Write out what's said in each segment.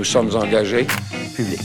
Nous sommes engagés publics.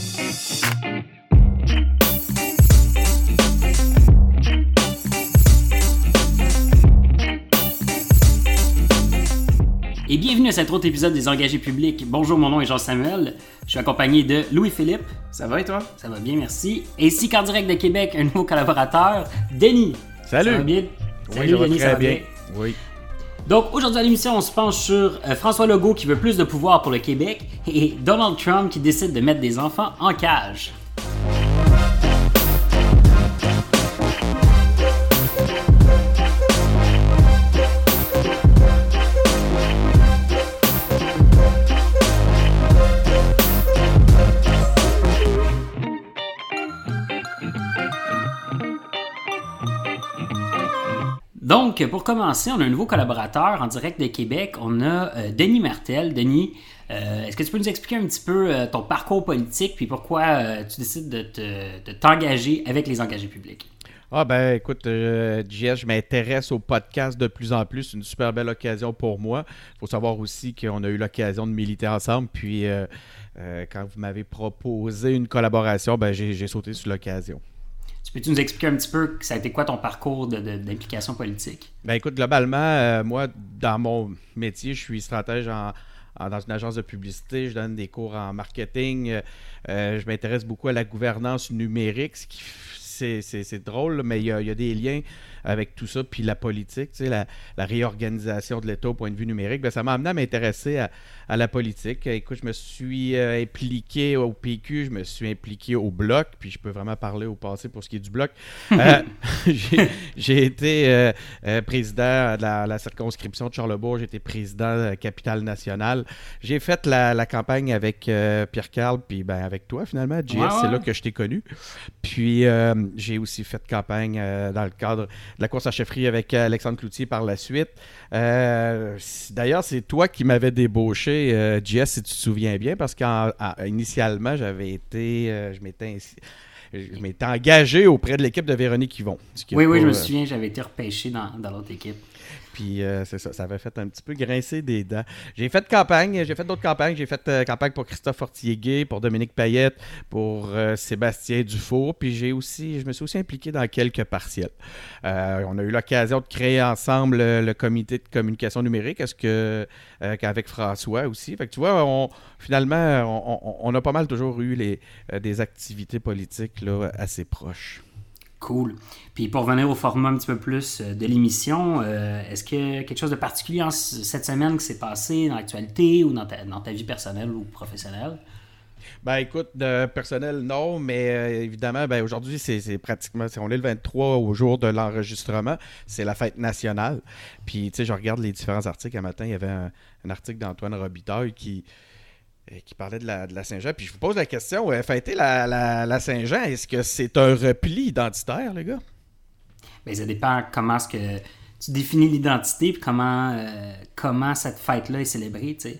Et bienvenue à cet autre épisode des Engagés publics. Bonjour, mon nom est Jean-Samuel. Je suis accompagné de Louis-Philippe. Ça va et toi? Ça va bien, merci. Ainsi qu'en direct de Québec, un nouveau collaborateur, Denis. Salut! Ça va bien? Oui, Salut, ça va Denis, très ça va bien. Oui. Donc, aujourd'hui à l'émission, on se penche sur François Legault qui veut plus de pouvoir pour le Québec et Donald Trump qui décide de mettre des enfants en cage. Donc, pour commencer, on a un nouveau collaborateur en direct de Québec. On a Denis Martel. Denis, est-ce que tu peux nous expliquer un petit peu ton parcours politique puis pourquoi tu décides de t'engager avec les engagés publics? Ah ben écoute, JS, je m'intéresse au podcast de plus en plus. C'est une super belle occasion pour moi. Il faut savoir aussi qu'on a eu l'occasion de militer ensemble. Puis quand vous m'avez proposé une collaboration, ben j'ai sauté sur l'occasion. Peux-tu nous expliquer un petit peu ça a été quoi ton parcours d'implication politique? Ben écoute, globalement, moi, dans mon métier, je suis stratège dans une agence de publicité. Je donne des cours en marketing. Je m'intéresse beaucoup à la gouvernance numérique, ce qui c'est drôle, mais il y a des liens avec tout ça, puis la politique, tu sais, la réorganisation de l'État au point de vue numérique, ben, ça m'a amené à m'intéresser à la politique. Écoute, je me suis impliqué au PQ, je me suis impliqué au Bloc, puis je peux vraiment parler au passé pour ce qui est du Bloc. J'ai été président de la circonscription de Charlebourg, j'ai été président de la capitale nationale. J'ai fait la campagne avec Pierre Carl, puis ben, avec toi finalement, JS, ouais. C'est là que je t'ai connu. Puis j'ai aussi fait campagne dans le cadre de la course à chefferie avec Alexandre Cloutier par la suite. D'ailleurs, c'est toi qui m'avais débauché, JS, si tu te souviens bien, parce qu'initialement, je m'étais engagé auprès de l'équipe de Véronique Yvon. Oui, je me souviens, j'avais été repêché dans l'autre équipe. Puis c'est ça avait fait un petit peu grincer des dents. J'ai fait d'autres campagnes. J'ai fait campagne pour Christophe Fortier-Gay, pour Dominique Payette, pour Sébastien Dufour. Puis je me suis aussi impliqué dans quelques partiels. On a eu l'occasion de créer ensemble le comité de communication numérique, qu'avec François aussi. Fait que tu vois, finalement, on a pas mal toujours eu des activités politiques là, assez proches. Cool. Puis pour revenir au format un petit peu plus de l'émission, est-ce qu'il y a quelque chose de particulier cette semaine qui s'est passé dans l'actualité ou dans ta vie personnelle ou professionnelle? Ben écoute, personnel, non, mais évidemment, ben aujourd'hui, c'est pratiquement, on est le 23 au jour de l'enregistrement, c'est la fête nationale. Puis tu sais, je regarde les différents articles. Un matin, il y avait un article d'Antoine Robitaille qui parlait de la Saint-Jean. Puis je vous pose la question, fêter la Saint-Jean, est-ce que c'est un repli identitaire, les gars? Bien, ça dépend comment est-ce que tu définis l'identité et comment cette fête-là est célébrée, tu sais.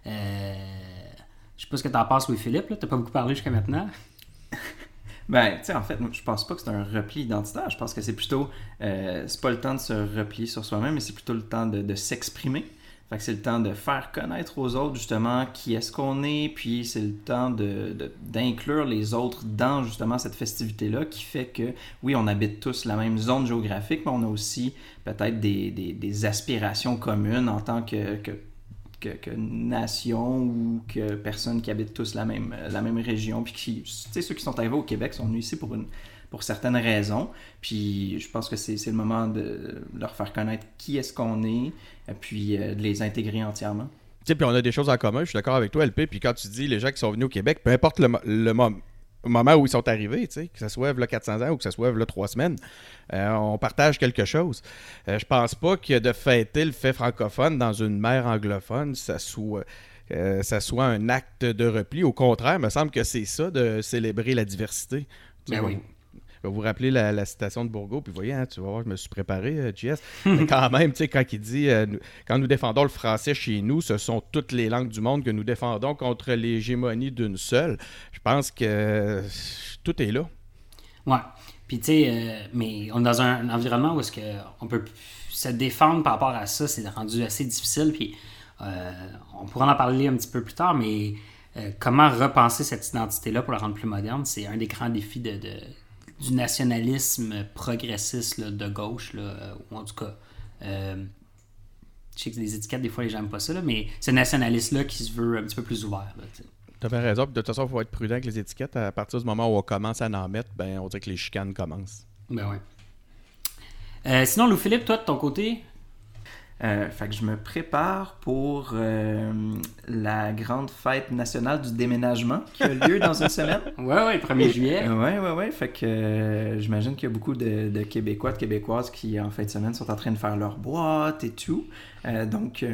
Je sais pas ce que t'en penses, Louis-Philippe, là. T'as pas beaucoup parlé jusqu'à maintenant. Ben, tu sais, en fait, je pense pas que c'est un repli identitaire. Je pense que c'est plutôt... c'est pas le temps de se replier sur soi-même, mais c'est plutôt le temps de s'exprimer. Fait que c'est le temps de faire connaître aux autres, justement, qui est-ce qu'on est, puis c'est le temps d'inclure les autres dans, justement, cette festivité-là, qui fait que, oui, on habite tous la même zone géographique, mais on a aussi peut-être des aspirations communes en tant que nation ou que personnes qui habitent tous la même région. Puis tu sais, ceux qui sont arrivés au Québec sont venus ici pour certaines raisons. Puis je pense que c'est le moment de leur faire connaître qui est-ce qu'on est, puis de les intégrer entièrement. Tu sais, puis on a des choses en commun, je suis d'accord avec toi, LP. Puis quand tu dis les gens qui sont venus au Québec, peu importe le moment où ils sont arrivés, tu sais, que ça soit là 400 ans ou que ça soit là 3 semaines, on partage quelque chose. Je pense pas que de fêter le fait francophone dans une mer anglophone, ça soit un acte de repli. Au contraire, il me semble que c'est ça, de célébrer la diversité. Ben oui. Je vais vous rappeler la citation de Bourgault, puis vous voyez, tu vas voir, je me suis préparé, JS. Mais quand même, tu sais, quand il dit quand nous défendons le français chez nous, ce sont toutes les langues du monde que nous défendons contre l'hégémonie d'une seule. Je pense que tout est là. Ouais. Puis, tu sais, mais on est dans un environnement où est-ce qu'on peut se défendre par rapport à ça, c'est rendu assez difficile. Puis, on pourra en parler un petit peu plus tard, mais comment repenser cette identité-là pour la rendre plus moderne, c'est un des grands défis du nationalisme progressiste là, de gauche, là, ou en tout cas, je sais que les étiquettes, des fois, les gens n'aiment pas ça, là, mais ce nationaliste-là qui se veut un petit peu plus ouvert. Tu as bien raison. De toute façon, il faut être prudent avec les étiquettes. À partir du moment où on commence à en mettre, ben, on dirait que les chicanes commencent. Ben ouais. Sinon, Louis-Philippe, toi, de ton côté? Fait que je me prépare pour la grande fête nationale du déménagement qui a lieu dans une semaine. Ouais, le 1er juillet. Ouais. Fait que j'imagine qu'il y a beaucoup de Québécois, de Québécoises qui, en fin de semaine, sont en train de faire leur boîte et tout. Donc,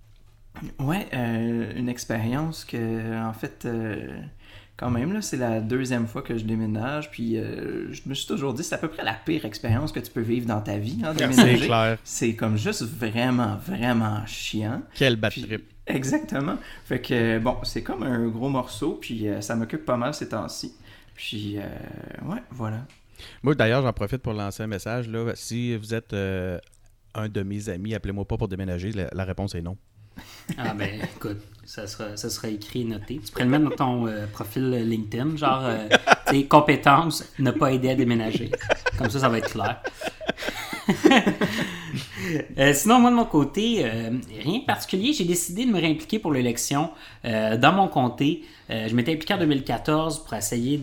une expérience que, en fait... Quand même, là, c'est la deuxième fois que je déménage, puis je me suis toujours dit, c'est à peu près la pire expérience que tu peux vivre dans ta vie, hein, déménager. C'est clair. C'est comme juste vraiment, vraiment chiant. Quel bad trip. Exactement. Fait que, bon, c'est comme un gros morceau, puis ça m'occupe pas mal ces temps-ci. Puis, voilà. Moi, d'ailleurs, j'en profite pour lancer un message. Là. Si vous êtes un de mes amis, appelez-moi pas pour déménager. La réponse est non. Ah ben écoute, ça sera écrit et noté. Tu pourrais le mettre dans ton profil LinkedIn, genre tes compétences, ne pas aider à déménager. Comme ça va être clair. Sinon, moi de mon côté, rien de particulier. J'ai décidé de me réimpliquer pour l'élection dans mon comté. Je m'étais impliqué en 2014 pour essayer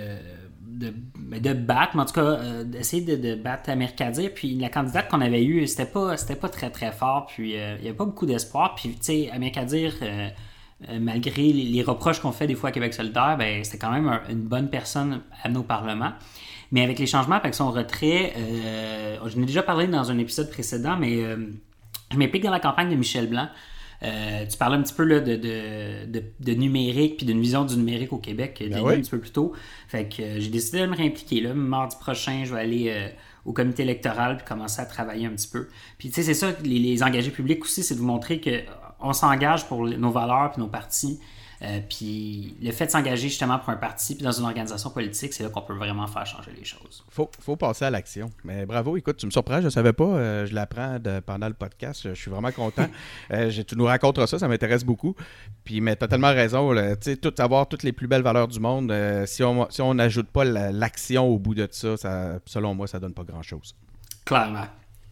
de battre, mais en tout cas, d'essayer de battre Amirkadir. Puis la candidate qu'on avait eue, c'était pas très très fort. Puis il n'y avait pas beaucoup d'espoir. Puis tu sais, Amirkadir, malgré les reproches qu'on fait des fois à Québec solidaire, ben c'était quand même une bonne personne amenée au Parlement. Mais avec les changements, avec son retrait, je n'ai déjà parlé dans un épisode précédent, mais je m'implique dans la campagne de Michel Blanc. Tu parlais un petit peu là, de numérique puis d'une vision du numérique au Québec un petit peu plus tôt. Fait que j'ai décidé de me réimpliquer là. Mardi prochain, je vais aller au comité électoral puis commencer à travailler un petit peu. Puis tu sais, c'est ça, les engagés publics aussi, c'est de vous montrer qu'on s'engage pour nos valeurs puis nos partis. Puis le fait de s'engager justement pour un parti puis dans une organisation politique, c'est là qu'on peut vraiment faire changer les choses. Faut passer à l'action. Mais bravo, écoute, tu me surprends, je ne savais pas, je l'apprends pendant le podcast, je suis vraiment content. Tu nous raconteras ça m'intéresse beaucoup. Puis mais tu as tellement raison, tu sais, avoir toutes les plus belles valeurs du monde, si on n'ajoute pas l'action au bout de ça, selon moi, ça donne pas grand-chose. Clairement.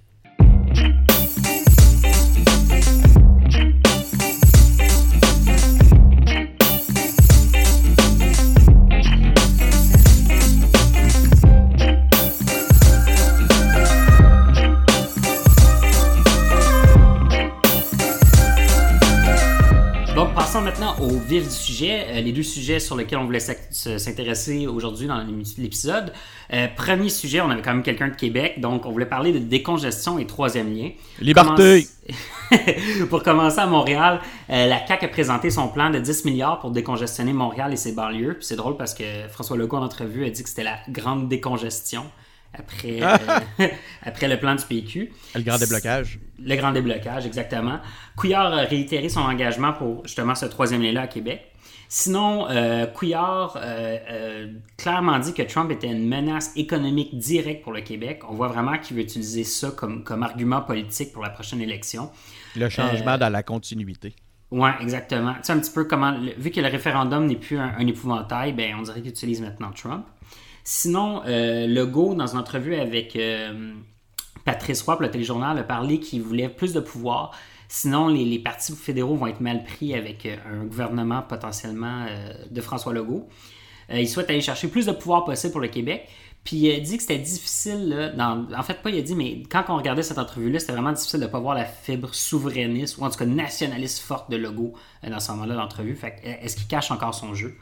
Donc, passons maintenant au vif du sujet. Les deux sujets sur lesquels on voulait s'intéresser aujourd'hui dans l'épisode. Premier sujet, on avait quand même quelqu'un de Québec, donc on voulait parler de décongestion et troisième lien. Liberté! Pour commencer à Montréal, la CAQ a présenté son plan de 10 milliards pour décongestionner Montréal et ses banlieues. Puis c'est drôle parce que François Legault en entrevue a dit que c'était la grande décongestion après le plan du PQ. Le grand déblocage. Le grand déblocage, exactement. Couillard a réitéré son engagement pour justement ce troisième lien-là à Québec. Sinon, Couillard clairement dit que Trump était une menace économique directe pour le Québec. On voit vraiment qu'il veut utiliser ça comme argument politique pour la prochaine élection. Le changement dans la continuité. Oui, exactement. Tu sais, un petit peu comment, vu que le référendum n'est plus un épouvantail, ben, on dirait qu'il utilise maintenant Trump. Sinon, Legault, dans une entrevue avec Patrice Roy pour le téléjournal, a parlé qu'il voulait plus de pouvoir. Sinon, les partis fédéraux vont être mal pris avec un gouvernement potentiellement de François Legault. Il souhaite aller chercher plus de pouvoir possible pour le Québec. Puis il a dit que c'était difficile, là, en fait pas il a dit, mais quand on regardait cette entrevue-là, c'était vraiment difficile de ne pas voir la fibre souverainiste, ou en tout cas nationaliste forte de Legault dans ce moment-là d'entrevue. Fait que, est-ce qu'il cache encore son jeu?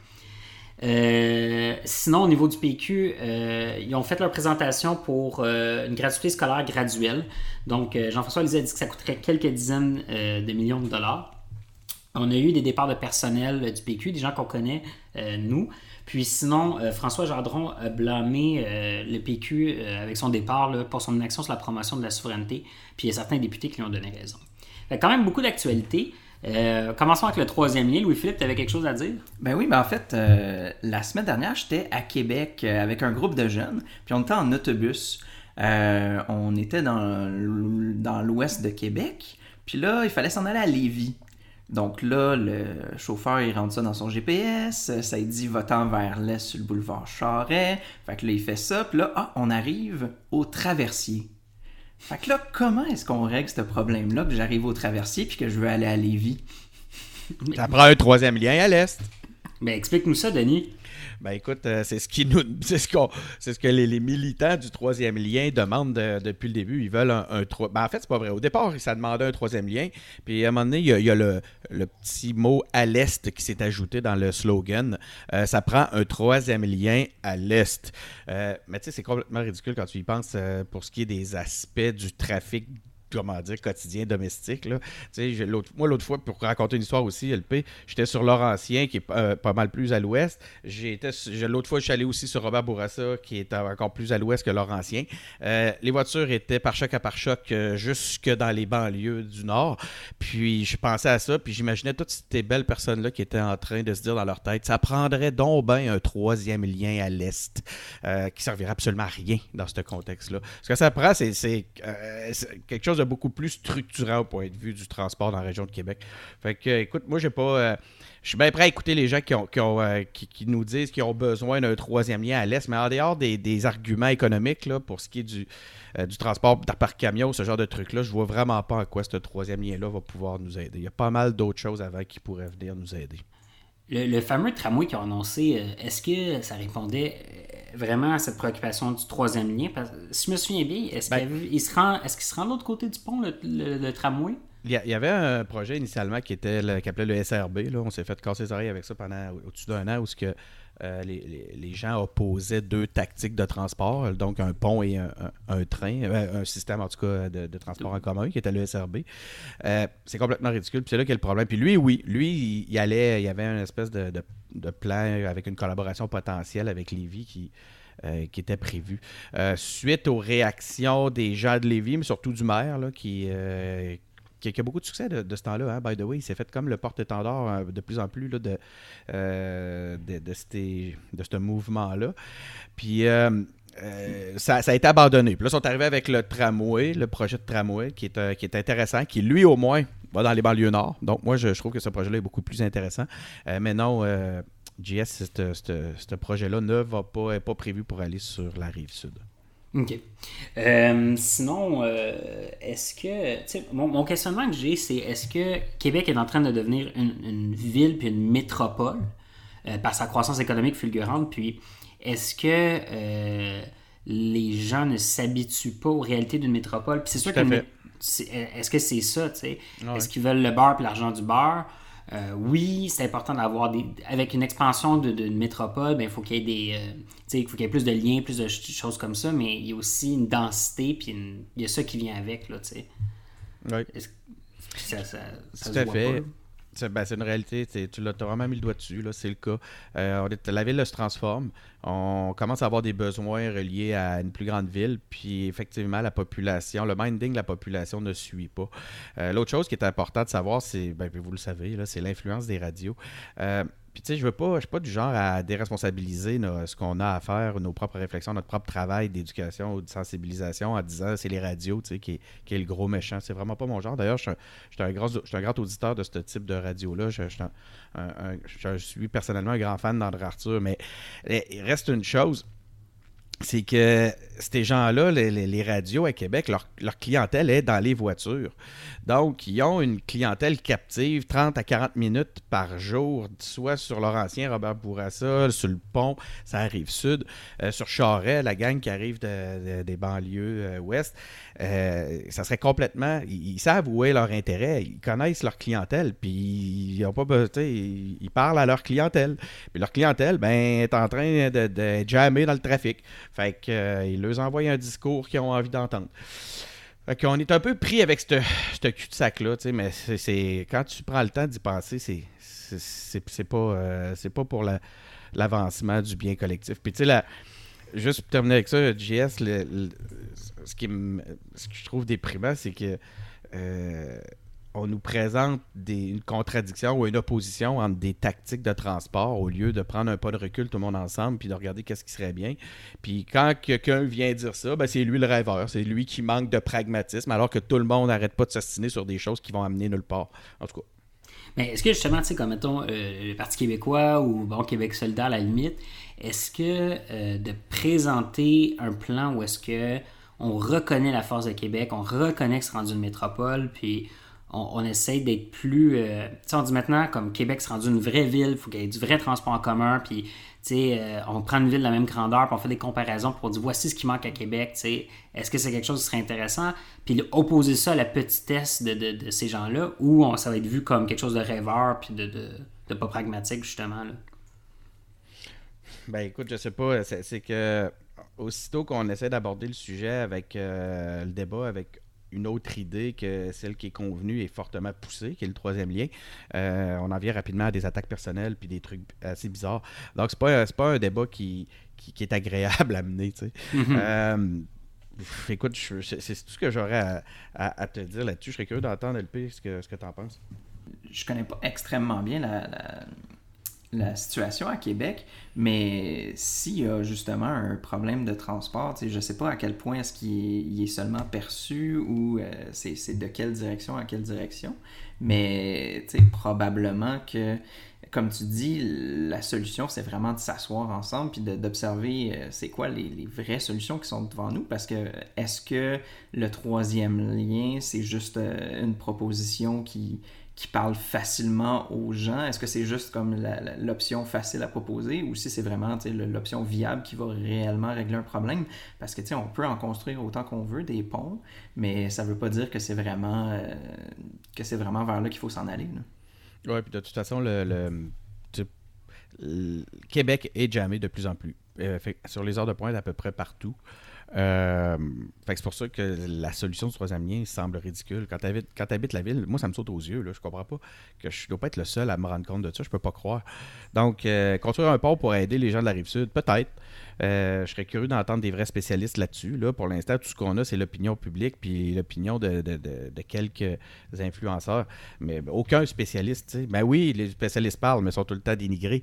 Sinon, au niveau du PQ, ils ont fait leur présentation pour une gratuité scolaire graduelle. Donc, Jean-François Lisée a dit que ça coûterait quelques dizaines de millions de dollars. On a eu des départs de personnel du PQ, des gens qu'on connaît, nous. Puis sinon, François Gendron a blâmé le PQ avec son départ là, pour son inaction sur la promotion de la souveraineté. Puis il y a certains députés qui lui ont donné raison. Fait quand même beaucoup d'actualités. Commençons avec le troisième lien. Louis-Philippe, tu avais quelque chose à dire? Ben oui, en fait, la semaine dernière, j'étais à Québec avec un groupe de jeunes, puis on était en autobus. On était dans l'ouest de Québec, puis là, il fallait s'en aller à Lévis. Donc là, le chauffeur, il rentre ça dans son GPS, ça lui dit « Va-t'en vers l'est sur le boulevard Charest ». Fait que là, il fait ça, puis là, on arrive au traversier. Fait que là, comment est-ce qu'on règle ce problème-là, que j'arrive au traversier puis que je veux aller à Lévis? Ça prend un 3e lien à l'est. Ben, explique-nous ça, Denis. Ben écoute, c'est ce que les militants du 3e lien demandent depuis le début. Ils veulent en fait, c'est pas vrai. Au départ, ça demandait un 3e lien. Puis à un moment donné, il y a le petit mot à l'est qui s'est ajouté dans le slogan. Ça prend un 3e lien à l'est. Mais tu sais, c'est complètement ridicule quand tu y penses pour ce qui est des aspects du trafic quotidien, domestique. Là. L'autre fois, pour raconter une histoire aussi, LP, j'étais sur Laurentien, qui est pas mal plus à l'ouest. L'autre fois, je suis allé aussi sur Robert Bourassa, qui est encore plus à l'ouest que Laurentien. Les voitures étaient par choc à par choc jusque dans les banlieues du nord. Puis, je pensais à ça, puis j'imaginais toutes ces belles personnes-là qui étaient en train de se dire dans leur tête, ça prendrait donc bien un 3e lien à l'est, qui servirait absolument à rien dans ce contexte-là. Ce que ça prend, c'est quelque chose de beaucoup plus structurant au point de vue du transport dans la région de Québec. Fait que, écoute, moi, j'ai pas... je suis bien prêt à écouter les gens qui nous disent qu'ils ont besoin d'un 3e lien à l'est, mais en dehors des arguments économiques, là, pour ce qui est du transport par camion, ce genre de trucs-là, je vois vraiment pas en quoi ce 3e lien-là va pouvoir nous aider. Il y a pas mal d'autres choses avant qui pourraient venir nous aider. Le fameux tramway qu'ils ont annoncé, est-ce que ça répondait vraiment à cette préoccupation du 3e lien? Parce que, si je me souviens bien, est-ce qu'il se rend de l'autre côté du pont, le tramway? Il y avait un projet initialement qui appelait le SRB. Là. On s'est fait casser les oreilles avec ça pendant au-dessus d'un an où les gens opposaient 2 tactiques de transport, donc un pont et un train, un système en tout cas de transport en commun qui était le SRB. C'est complètement ridicule. Puis c'est là qu'il y a le problème. Puis lui, il y avait une espèce de plan avec une collaboration potentielle avec Lévis qui était prévu. Suite aux réactions des gens de Lévis, mais surtout du maire, là, qui a beaucoup de succès de ce temps-là. Hein? By the way, il s'est fait comme le porte-étendard de plus en plus là, de ce mouvement-là. Puis ça a été abandonné. Puis là, ils sont arrivés avec le tramway, le projet de tramway qui est intéressant, qui lui au moins va dans les banlieues nord. Donc moi, je trouve que ce projet-là est beaucoup plus intéressant. Mais non, JS, ce projet-là n'est pas prévu pour aller sur la rive sud. OK. Sinon, est-ce que... Mon questionnement que j'ai, c'est est-ce que Québec est en train de devenir une ville puis une métropole par sa croissance économique fulgurante, puis est-ce que les gens ne s'habituent pas aux réalités d'une métropole? Puis c'est sûr est-ce que c'est ça, tu sais? Ouais. Est-ce qu'ils veulent le beurre puis l'argent du beurre? Oui, c'est important d'avoir avec une expansion d'une métropole, il faut qu'il y ait il faut qu'il y ait plus de liens, plus de choses comme ça, mais il y a aussi une densité, puis il y a ça qui vient avec, là, tu sais. Oui. Ça tout à fait. C'est une réalité, tu l'as vraiment mis le doigt dessus, là, c'est le cas. La ville se transforme, on commence à avoir des besoins reliés à une plus grande ville, puis effectivement, le minding de la population ne suit pas. L'autre chose qui est importante de savoir, c'est, vous le savez, là, c'est l'influence des radios. Puis tu sais, je suis pas du genre à déresponsabiliser ce qu'on a à faire, nos propres réflexions, notre propre travail d'éducation ou de sensibilisation en disant c'est les radios, tu sais, qui est le gros méchant. C'est vraiment pas mon genre. D'ailleurs, je suis un grand auditeur de ce type de radio-là. Je suis personnellement un grand fan d'André Arthur, mais il reste une chose. C'est que ces gens-là, les radios à Québec, leur clientèle est dans les voitures. Donc, ils ont une clientèle captive 30 à 40 minutes par jour, soit sur Laurentien, Robert Bourassa, sur le pont, ça arrive sud, sur Charest, la gang qui arrive des banlieues ouest. Ça serait complètement... Ils savent où est leur intérêt, ils connaissent leur clientèle, puis ils ont pas besoin, ils parlent à leur clientèle. Puis leur clientèle, est en train de jammer dans le trafic. Fait qu'ils leur envoient un discours qu'ils ont envie d'entendre. Fait qu'on est un peu pris avec ce cul-de-sac-là, mais c'est quand tu prends le temps d'y penser, c'est pas pour l'avancement du bien collectif. Puis tu sais, juste pour terminer avec ça, JS, ce que je trouve déprimant, c'est que on nous présente une contradiction ou une opposition entre des tactiques de transport au lieu de prendre un pas de recul tout le monde ensemble puis de regarder qu'est-ce qui serait bien. Puis quand quelqu'un vient dire ça, c'est lui le rêveur, c'est lui qui manque de pragmatisme alors que tout le monde n'arrête pas de s'ostiner sur des choses qui vont amener nulle part. En tout cas. Mais est-ce que justement, tu sais, comme mettons le Parti québécois ou bon, Québec solidaire à la limite, est-ce que de présenter un plan où est-ce que on reconnaît la force de Québec, on reconnaît que c'est rendu une métropole, puis on essaie d'être plus... tu sais, on dit maintenant, comme Québec c'est rendu une vraie ville, il faut qu'il y ait du vrai transport en commun, puis tu sais, on prend une ville de la même grandeur, puis on fait des comparaisons pour dire voici ce qui manque à Québec, tu sais, est-ce que c'est quelque chose qui serait intéressant? Puis opposer ça à la petitesse de ces gens-là, ou ça va être vu comme quelque chose de rêveur, puis de pas pragmatique, justement, là. Ben écoute, je sais pas, c'est que aussitôt qu'on essaie d'aborder le sujet avec le débat avec une autre idée que celle qui est convenue et fortement poussée, qui est le troisième lien, on en vient rapidement à des attaques personnelles puis des trucs assez bizarres. Donc c'est pas un débat qui est agréable à mener, tu sais. Écoute, c'est tout ce que j'aurais à te dire là-dessus. Je serais curieux d'entendre, LP, ce que tu en penses. Je connais pas extrêmement bien la situation à Québec, mais s'il y a justement un problème de transport, je ne sais pas à quel point est-ce qu'il est seulement perçu ou c'est de quelle direction à quelle direction, mais probablement que, comme tu dis, la solution, c'est vraiment de s'asseoir ensemble puis d'observer c'est quoi les vraies solutions qui sont devant nous, parce que est-ce que le troisième lien, c'est juste une proposition qui parle facilement aux gens? Est-ce que c'est juste comme l'option facile à proposer, ou si c'est vraiment l'option viable qui va réellement régler un problème? Parce que on peut en construire autant qu'on veut des ponts, mais ça ne veut pas dire que c'est vraiment vers là qu'il faut s'en aller. Oui, puis de toute façon, le Québec est jammé de plus en plus. Sur les heures de pointe à peu près partout. Fait que c'est pour ça que la solution du troisième lien semble ridicule. Quand tu habites la ville, moi ça me saute aux yeux, là, je comprends pas que je dois pas être le seul à me rendre compte de ça, je peux pas croire. Donc construire un pont pour aider les gens de la Rive-Sud, peut-être. Je serais curieux d'entendre des vrais spécialistes là-dessus. Là, pour l'instant, tout ce qu'on a, c'est l'opinion publique puis l'opinion de quelques influenceurs, mais aucun spécialiste, tu sais. Ben oui, les spécialistes parlent, mais sont tout le temps dénigrés.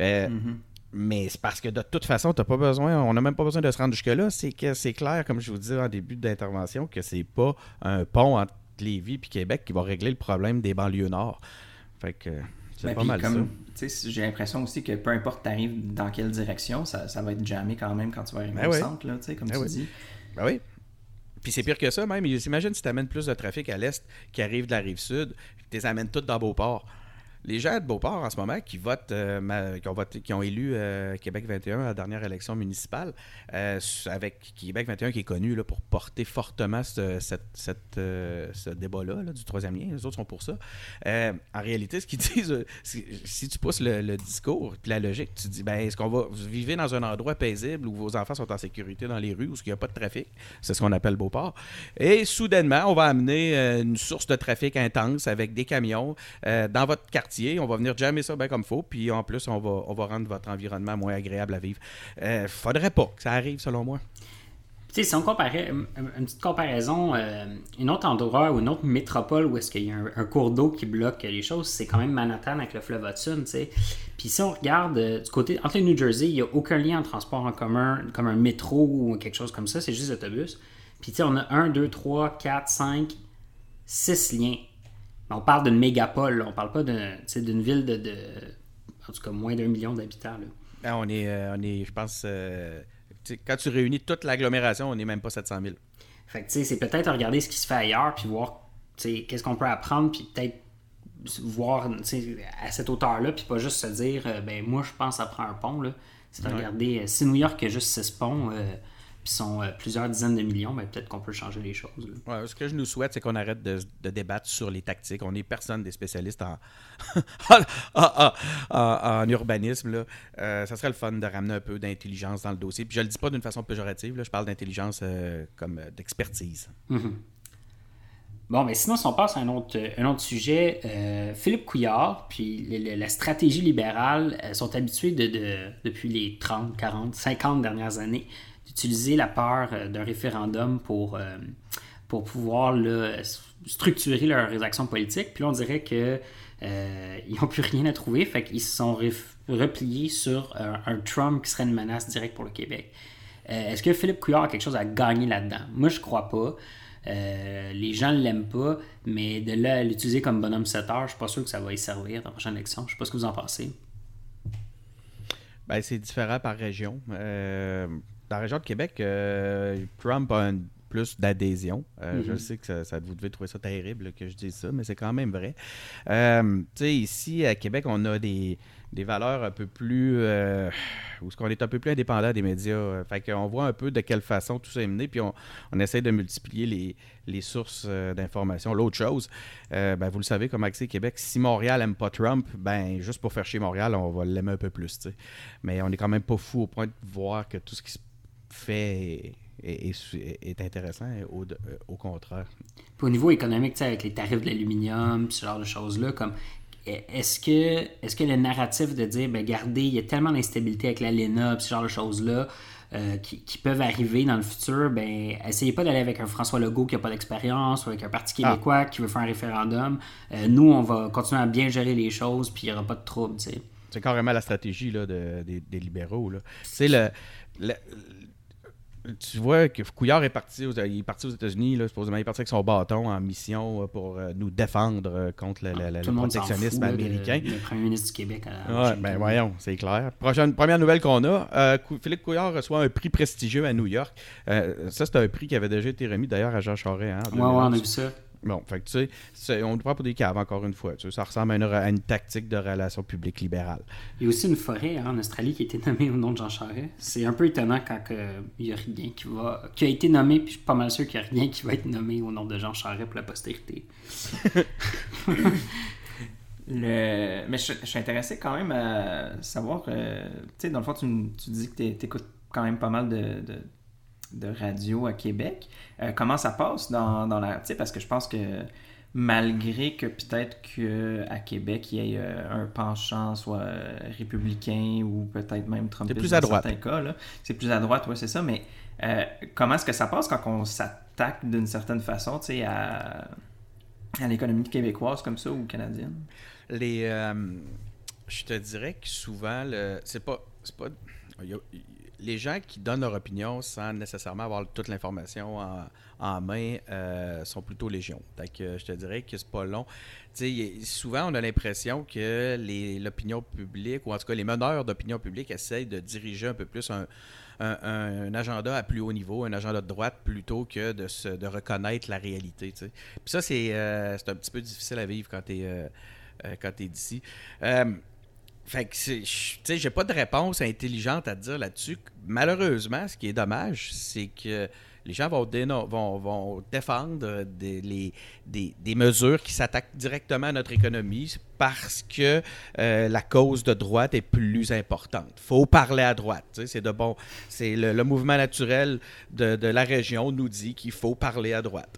Mais c'est parce que de toute façon, on n'a même pas besoin de se rendre jusque-là. C'est que c'est clair, comme je vous disais en début d'intervention, que c'est pas un pont entre Lévis et Québec qui va régler le problème des banlieues nord. Fait que c'est pas mal ça. J'ai l'impression aussi que peu importe t'arrives dans quelle direction, ça va être jammé quand même quand tu vas arriver au centre, là, comme tu dis. Ben oui. Puis c'est pire que ça même. Imagine si tu amènes plus de trafic à l'est qui arrive de la Rive-Sud, puis tu les amènes toutes dans Beauport. Les gens de Beauport en ce moment qui votent, qui ont élu Québec 21 à la dernière élection municipale, avec Québec 21 qui est connu là, pour porter fortement ce débat-là du troisième lien, les autres sont pour ça. En réalité, ce qu'ils disent, si tu pousses le discours et la logique, tu dis, est-ce qu'on va vivre dans un endroit paisible où vos enfants sont en sécurité dans les rues, où il n'y a pas de trafic, c'est ce qu'on appelle Beauport, et soudainement, on va amener une source de trafic intense avec des camions dans votre quartier. On va venir jammer ça bien comme il faut, puis en plus, on va rendre votre environnement moins agréable à vivre. Faudrait pas que ça arrive, selon moi. Tu sais, si on comparait, une petite comparaison, un autre endroit ou une autre métropole où est-ce qu'il y a un cours d'eau qui bloque les choses, c'est quand même Manhattan avec le fleuve Hudson, tu sais. Puis si on regarde du côté, entre le New Jersey, il n'y a aucun lien en transport en commun, comme un métro ou quelque chose comme ça, c'est juste l'autobus. Puis tu sais, on a 1, 2, 3, 4, 5, 6 liens. On parle d'une mégapole, là. On parle pas d'une ville de en tout cas moins d'1 million d'habitants. Là. On est je pense, quand tu réunis toute l'agglomération, on n'est même pas 700 000. Fait que c'est peut-être regarder ce qui se fait ailleurs, puis voir qu'est-ce qu'on peut apprendre, puis peut-être voir à cette hauteur-là, puis pas juste se dire, moi je pense que ça prend un pont. Là. C'est de regarder, si New York a juste 6 ponts, puis sont plusieurs dizaines de millions, peut-être qu'on peut changer les choses. Ouais, ce que je nous souhaite, c'est qu'on arrête de débattre sur les tactiques. On n'est personne des spécialistes en urbanisme. Là. Ça serait le fun de ramener un peu d'intelligence dans le dossier. Puis je le dis pas d'une façon péjorative, là. Je parle d'intelligence comme d'expertise. Mm-hmm. Bon, mais sinon, si on passe à un autre sujet, Philippe Couillard, puis la stratégie libérale sont habitués depuis les 30, 40, 50 dernières années d'utiliser la peur d'un référendum pour pouvoir structurer leurs actions politiques. Puis là, on dirait qu'ils n'ont plus rien à trouver, fait qu'ils se sont repliés sur un Trump qui serait une menace directe pour le Québec. Est-ce que Philippe Couillard a quelque chose à gagner là-dedans? Moi, je crois pas. Les gens ne l'aiment pas, mais de là à l'utiliser comme bonhomme 7 heures, je suis pas sûr que ça va y servir dans la prochaine élection. Je sais pas ce que vous en pensez. Ben, c'est différent par région. Dans la région de Québec, Trump a plus d'adhésion. Je sais que vous devez trouver ça terrible que je dise ça, mais c'est quand même vrai. Tu sais, ici, à Québec, on a des valeurs un peu plus... où est-ce qu'on est un peu plus indépendant des médias. Fait qu'on voit un peu de quelle façon tout ça est mené, puis on essaie de multiplier les sources d'informations. L'autre chose, vous le savez, comme Accès Québec, si Montréal n'aime pas Trump, juste pour faire chier Montréal, on va l'aimer un peu plus. T'sais. Mais on n'est quand même pas fou au point de voir que tout ce qui se fait est intéressant, au contraire. Puis au niveau économique, avec les tarifs de l'aluminium, ce genre de choses-là, comme est-ce que le narratif de dire, regardez, il y a tellement d'instabilité avec l'ALENA, ce genre de choses-là, qui peuvent arriver dans le futur, essayez pas d'aller avec un François Legault qui n'a pas d'expérience ou avec un Parti québécois qui veut faire un référendum. Nous, on va continuer à bien gérer les choses, puis il n'y aura pas de trouble, tu sais. C'est carrément la stratégie là, des libéraux. Tu sais, tu vois que Couillard est parti aux États-Unis, là, supposément il est parti avec son bâton en mission pour nous défendre contre le protectionnisme américain. Le premier ministre du Québec. Voyons, c'est clair. Première nouvelle qu'on a, Philippe Couillard reçoit un prix prestigieux à New York. Ça, c'est un prix qui avait déjà été remis d'ailleurs à Jean Charest. On a vu ça. Bon, fait que tu sais, on nous prend pour des caves, encore une fois. Tu sais, ça ressemble à une tactique de relations publiques libérales. Il y a aussi une forêt en Australie qui a été nommée au nom de Jean Charest. C'est un peu étonnant quand il n'y a rien qui a été nommé, puis je suis pas mal sûr qu'il n'y a rien qui va être nommé au nom de Jean Charest pour la postérité. Mais je suis intéressé quand même à savoir, tu sais, dans le fond, tu dis que tu écoutes quand même pas mal de radio à Québec. Comment ça passe dans la... Tu sais, parce que je pense que malgré que peut-être qu'à Québec, il y ait un penchant soit républicain ou peut-être même trumpiste c'est plus à droite. Dans certains cas, là. C'est plus à droite, oui, c'est ça. Mais comment est-ce que ça passe quand on s'attaque d'une certaine façon, tu sais, à l'économie québécoise comme ça ou canadienne? Je te dirais que souvent, c'est pas les gens qui donnent leur opinion sans nécessairement avoir toute l'information en main sont plutôt légion. Donc, je te dirais que c'est pas long. Souvent, on a l'impression que l'opinion publique, ou en tout cas les meneurs d'opinion publique, essayent de diriger un peu plus un agenda à plus haut niveau, un agenda de droite, plutôt que de reconnaître la réalité. T'sais. Puis ça, c'est un petit peu difficile à vivre quand t'es d'ici. Fait que, tu sais, j'ai pas de réponse intelligente à te dire là-dessus. Malheureusement, ce qui est dommage, c'est que les gens vont défendre des mesures qui s'attaquent directement à notre économie parce que la cause de droite est plus importante. Il faut parler à droite. C'est de bon. C'est le mouvement naturel de la région nous dit qu'il faut parler à droite.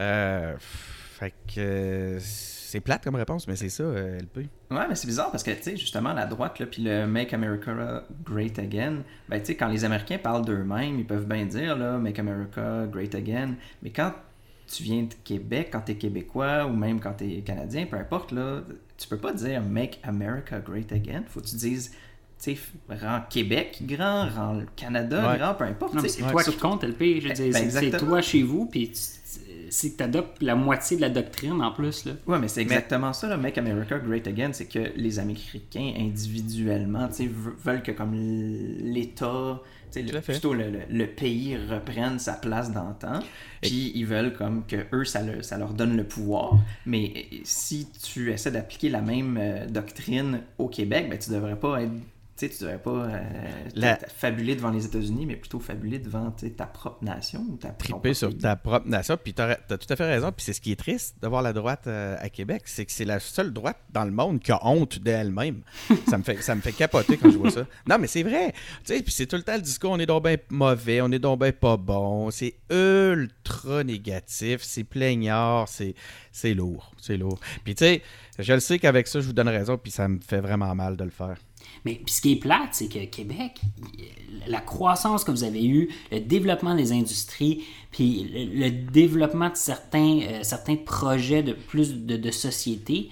Fait que... c'est plate comme réponse, mais c'est ça, LP. Ouais, mais c'est bizarre parce que, tu sais, justement, la droite, là, puis le Make America Great Again, tu sais, quand les Américains parlent d'eux-mêmes, ils peuvent bien dire, là, Make America Great Again, mais quand tu viens de Québec, quand t'es Québécois, ou même quand t'es Canadien, peu importe, là, tu peux pas dire Make America Great Again, faut que tu dises... Tu sais, rend Québec grand, rend le Canada grand, peu importe. Non, c'est toi qui compte, LP. Je veux dire, c'est toi chez vous, puis c'est que tu adoptes la moitié de la doctrine en plus. Là. Oui, mais c'est exactement ça, là, Make America Great Again, c'est que les Américains, individuellement, veulent que comme l'État, plutôt le pays reprenne sa place dans le temps, puis ils veulent comme que eux, ça leur donne le pouvoir. Mais si tu essaies d'appliquer la même doctrine au Québec, tu devrais pas être... Tu ne devrais pas fabuler devant les États-Unis, mais plutôt fabuler devant ta propre nation. Triper sur ta propre nation. Puis tu as tout à fait raison. Puis c'est ce qui est triste de voir la droite à Québec, c'est que c'est la seule droite dans le monde qui a honte d'elle-même. ça me fait capoter quand je vois ça. Non, mais c'est vrai. Puis c'est tout le temps le discours, on est donc bien mauvais, on est donc bien pas bon. C'est ultra négatif, c'est plaignard, c'est lourd. C'est lourd. Puis tu sais, je le sais qu'avec ça, je vous donne raison, puis ça me fait vraiment mal de le faire. Mais ce qui est plate, c'est que Québec, la croissance que vous avez eue, le développement des industries, puis le développement de certains projets de plus de société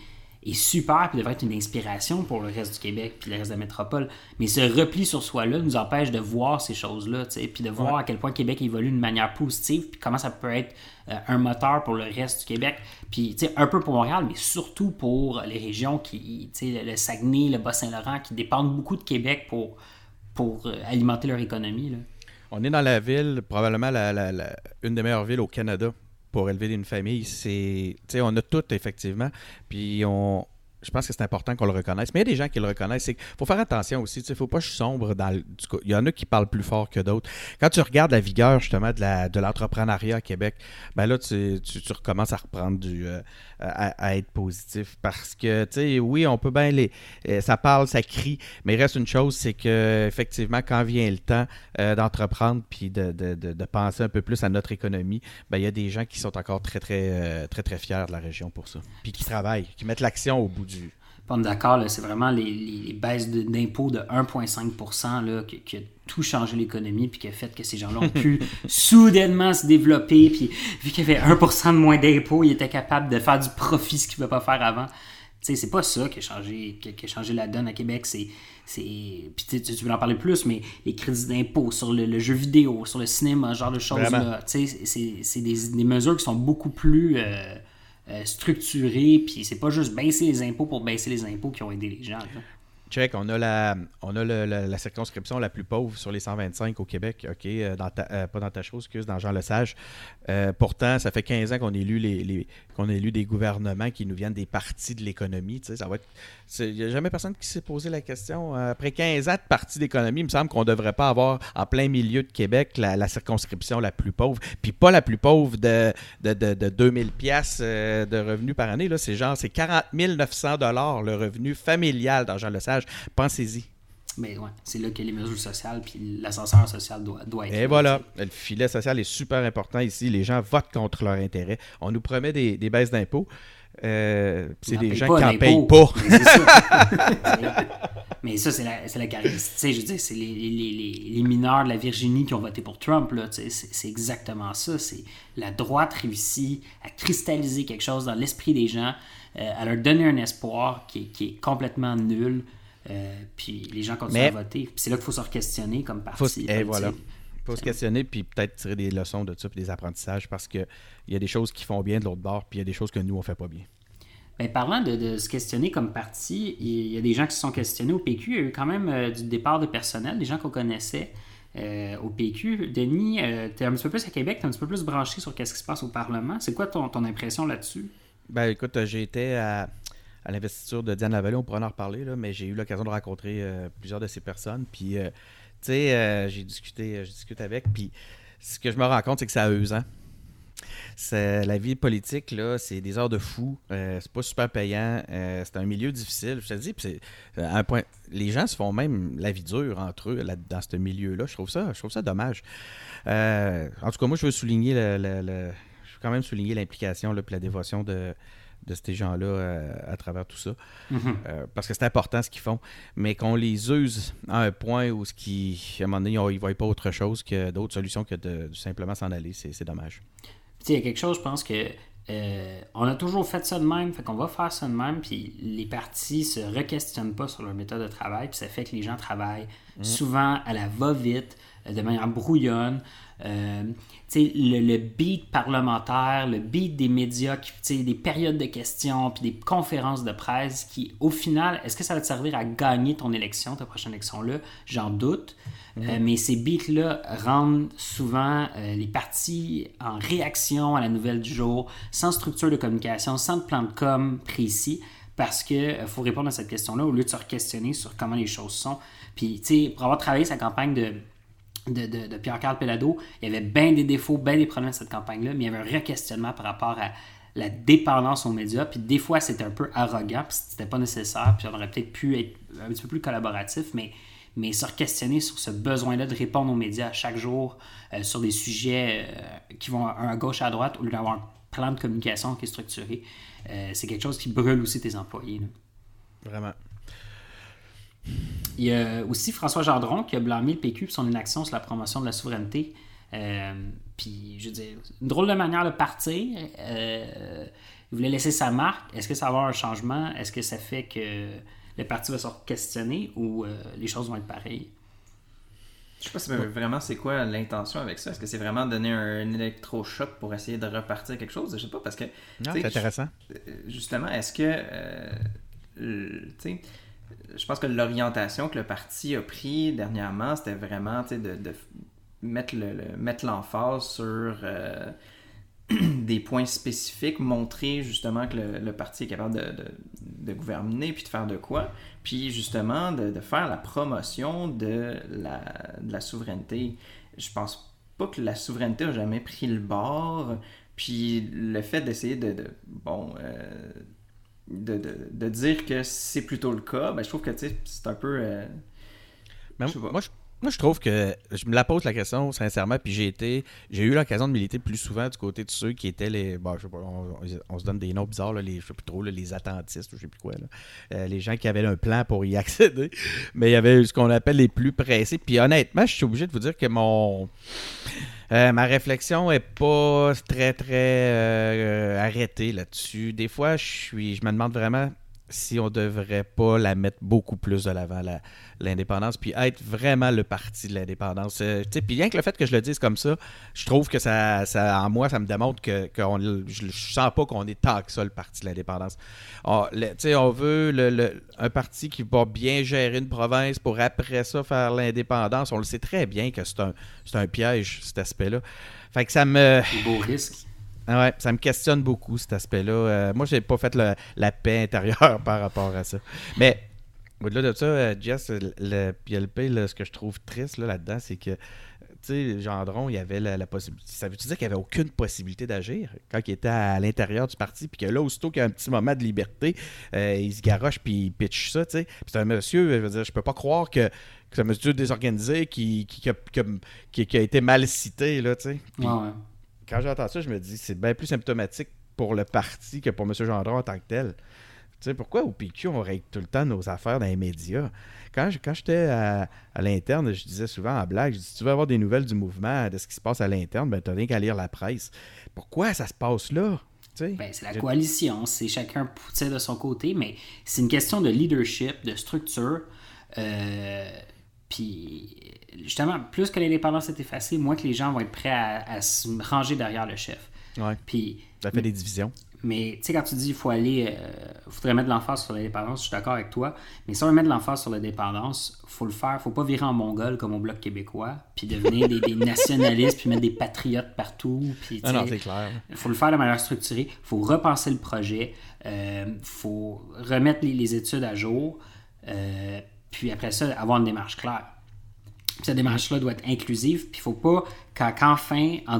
est super puis devrait être une inspiration pour le reste du Québec puis le reste de la métropole. Mais ce repli sur soi-là nous empêche de voir ces choses-là, puis de voir à quel point Québec évolue d'une manière positive puis comment ça peut être un moteur pour le reste du Québec. Puis un peu pour Montréal, mais surtout pour les régions qui, le Saguenay, le Bas-Saint-Laurent, qui dépendent beaucoup de Québec pour alimenter leur économie, là. On est dans la ville, probablement une des meilleures villes au Canada pour élever une famille. On a tout, effectivement. Puis je pense que c'est important qu'on le reconnaisse. Mais il y a des gens qui le reconnaissent. Il faut faire attention aussi. Il ne faut pas que je sombre dans il y en a qui parlent plus fort que d'autres. Quand tu regardes la vigueur, justement, de l'entrepreneuriat à Québec, ben là, tu recommences à reprendre à être positif. Parce que, oui, on peut bien ça parle, ça crie, mais il reste une chose, c'est que effectivement, quand vient le temps d'entreprendre puis de penser un peu plus à notre économie, ben il y a des gens qui sont encore très, très, très, très fiers de la région pour ça. Puis qui travaillent, qui mettent l'action au bout du... On est d'accord, là, c'est vraiment les baisses d'impôts de 1,5% là, qui a tout changé l'économie puis qui a fait que ces gens-là ont pu soudainement se développer. Puis vu qu'il y avait 1% de moins d'impôts, ils étaient capables de faire du profit, ce qu'ils ne pouvaient pas faire avant. C'est pas ça qui a changé la donne à Québec. Puis tu veux en parler plus, mais les crédits d'impôt sur le jeu vidéo, sur le cinéma, ce genre de choses-là, c'est des mesures qui sont beaucoup plus... structuré, puis c'est pas juste baisser les impôts pour baisser les impôts qui ont aidé les gens. Là. Check, on a la circonscription la plus pauvre sur les 125 au Québec, OK, pas dans Tachereau, excuse, dans Jean-Lesage. Pourtant, ça fait 15 ans qu'on élu des gouvernements qui nous viennent des partis de l'économie. Il n'y a jamais personne qui s'est posé la question. Après 15 ans de partis d'économie, il me semble qu'on ne devrait pas avoir en plein milieu de Québec la circonscription la plus pauvre. Puis pas la plus pauvre de 2000 piastres de revenus par année. Là, c'est 40 900 $ le revenu familial dans Jean-Lesage. Pensez-y. Mais ouais, c'est là que les mesures sociales puis l'ascenseur social doit être. Et voilà, le filet social est super important ici. Les gens votent contre leur intérêt. On nous promet des baisses d'impôts. C'est des gens qui n'en payent pas. Mais ça, c'est la caractéristique. Je veux dire, c'est les mineurs de la Virginie qui ont voté pour Trump. Là, c'est exactement ça. C'est la droite réussit à cristalliser quelque chose dans l'esprit des gens, à leur donner un espoir qui est complètement nul. Puis les gens continuent à voter. Puis c'est là qu'il faut se re-questionner comme parti. Voilà. Il faut se questionner puis peut-être tirer des leçons de ça puis des apprentissages parce qu'il y a des choses qui font bien de l'autre bord puis il y a des choses que nous, on ne fait pas bien. Bien, parlant de se questionner comme parti, il y a des gens qui se sont questionnés au PQ. Il y a eu quand même du départ de personnel, des gens qu'on connaissait au PQ. Denis, tu es un petit peu plus à Québec, tu es un petit peu plus branché sur ce qui se passe au Parlement. C'est quoi ton impression là-dessus? Ben écoute, j'ai été à l'investiture de Diane Lavallée, on pourra en reparler, là, mais j'ai eu l'occasion de rencontrer plusieurs de ces personnes. Puis, tu sais, je discute avec. Puis, ce que je me rends compte, c'est que c'est amusant. La vie politique, là, c'est des heures de fou. C'est pas super payant. C'est un milieu difficile. Je te dis, c'est à un point. Les gens se font même la vie dure entre eux dans ce milieu-là. Je trouve ça dommage. En tout cas, moi, je veux souligner je veux quand même souligner l'implication et la dévotion de ces gens-là à travers tout ça. Mm-hmm. Parce que c'est important ce qu'ils font, mais qu'on les use à un point où à un moment donné, ils ne voient pas autre chose que d'autres solutions que de simplement s'en aller. C'est dommage. Puis il y a quelque chose, je pense que on a toujours fait ça de même, fait qu'on va faire ça de même, puis les partis se re-questionnent pas sur leur méthode de travail, puis ça fait que les gens travaillent souvent à la va-vite, de manière brouillonne. Le beat parlementaire, le beat des médias, des périodes de questions, puis des conférences de presse qui, au final, est-ce que ça va te servir à gagner ton élection, ta prochaine élection-là? J'en doute. Mais ces beats-là rendent souvent les partis en réaction à la nouvelle du jour, sans structure de communication, sans plan de com précis, parce qu'il faut répondre à cette question-là au lieu de se re-questionner sur comment les choses sont. Puis, pour avoir travaillé sa campagne de Pierre-Carl Péladeau, il y avait bien des défauts, bien des problèmes de cette campagne-là, mais il y avait un re-questionnement par rapport à la dépendance aux médias, puis des fois c'était un peu arrogant, puis c'était pas nécessaire, puis on aurait peut-être pu être un petit peu plus collaboratif, mais se re-questionner sur ce besoin-là de répondre aux médias à chaque jour sur des sujets qui vont à gauche à droite, au lieu d'avoir un plan de communication qui est structuré, c'est quelque chose qui brûle aussi tes employés. Là. Vraiment. Il y a aussi François Gendron qui a blâmé le PQ pour son inaction sur la promotion de la souveraineté. Puis, je veux dire, une drôle de manière de partir. il voulait laisser sa marque. Est-ce que ça va avoir un changement? Est-ce que ça fait que le parti va se questionner ou les choses vont être pareilles? Je sais pas si vraiment c'est quoi l'intention avec ça. Est-ce que c'est vraiment donner un électrochoc pour essayer de repartir quelque chose? Je sais pas, parce que... Non, c'est intéressant. Justement, est-ce que... je pense que l'orientation que le parti a pris dernièrement, c'était vraiment de mettre l'emphase sur des points spécifiques, montrer justement que le parti est capable de gouverner puis de faire de quoi, puis justement de faire la promotion de la souveraineté. Je pense pas que la souveraineté a jamais pris le bord, puis le fait d'essayer de dire que c'est plutôt le cas, ben, je trouve que c'est un peu... Moi, je trouve que je me la pose la question sincèrement, puis j'ai eu l'occasion de militer plus souvent du côté de ceux qui étaient les... Bon, je sais pas, on se donne des noms bizarres, là, je sais plus trop, là, les attentistes, je sais plus quoi, là. Les gens qui avaient un plan pour y accéder, mais il y avait ce qu'on appelle les plus pressés. Puis honnêtement, je suis obligé de vous dire que ma réflexion est pas très, très arrêtée là-dessus. Des fois, je me demande vraiment si on devrait pas la mettre beaucoup plus de l'avant, l'indépendance, puis être vraiment le parti de l'indépendance. Puis rien que le fait que je le dise comme ça, je trouve que ça en moi, ça me démontre que je sens pas qu'on est tant que ça, le parti de l'indépendance. On veut un parti qui va bien gérer une province pour après ça faire l'indépendance. On le sait très bien que c'est un piège, cet aspect-là. Fait que ça me... C'est beau risque. Ouais, ça me questionne beaucoup, cet aspect-là. Moi, j'ai pas fait la paix intérieure par rapport à ça. Mais au-delà de ça, Jess, le PLP, là, ce que je trouve triste là-dedans, c'est que, tu sais, Gendron, il y avait la possibilité... Ça veut-tu dire qu'il n'y avait aucune possibilité d'agir quand il était à l'intérieur du parti, puis que là, aussitôt qu'il y a un petit moment de liberté, il se garoche puis il pitch ça, tu sais. Puis c'est un monsieur, je veux dire, je peux pas croire que c'est un monsieur désorganisé qui a été mal cité, là, tu sais. Puis, ouais. Quand j'entends ça, je me dis c'est bien plus symptomatique pour le parti que pour M. Gendron en tant que tel. Tu sais, pourquoi au PQ, on règle tout le temps nos affaires dans les médias? Quand j'étais à l'interne, je disais souvent en blague, je dis, si tu veux avoir des nouvelles du mouvement, de ce qui se passe à l'interne, ben, tu n'as rien qu'à lire la presse. Pourquoi ça se passe là? Ben, c'est la coalition, c'est chacun poussé de son côté, mais c'est une question de leadership, de structure. Puis, justement, plus que l'indépendance est effacée, moins que les gens vont être prêts à se ranger derrière le chef. Ouais. Puis, ça fait des divisions. Mais, tu sais, quand tu dis qu'il faudrait mettre de l'emphase sur l'indépendance, je suis d'accord avec toi. Mais si on veut mettre de l'emphase sur l'indépendance, il faut le faire. Faut pas virer en mongol comme au Bloc québécois, puis devenir des nationalistes, puis mettre des patriotes partout. Puis, non, c'est clair. Il faut le faire de manière structurée. Il faut repenser le projet. Il faut remettre les études à jour. Puis après ça, avoir une démarche claire. Puis cette démarche-là doit être inclusive. Puis il ne faut pas qu'enfin, en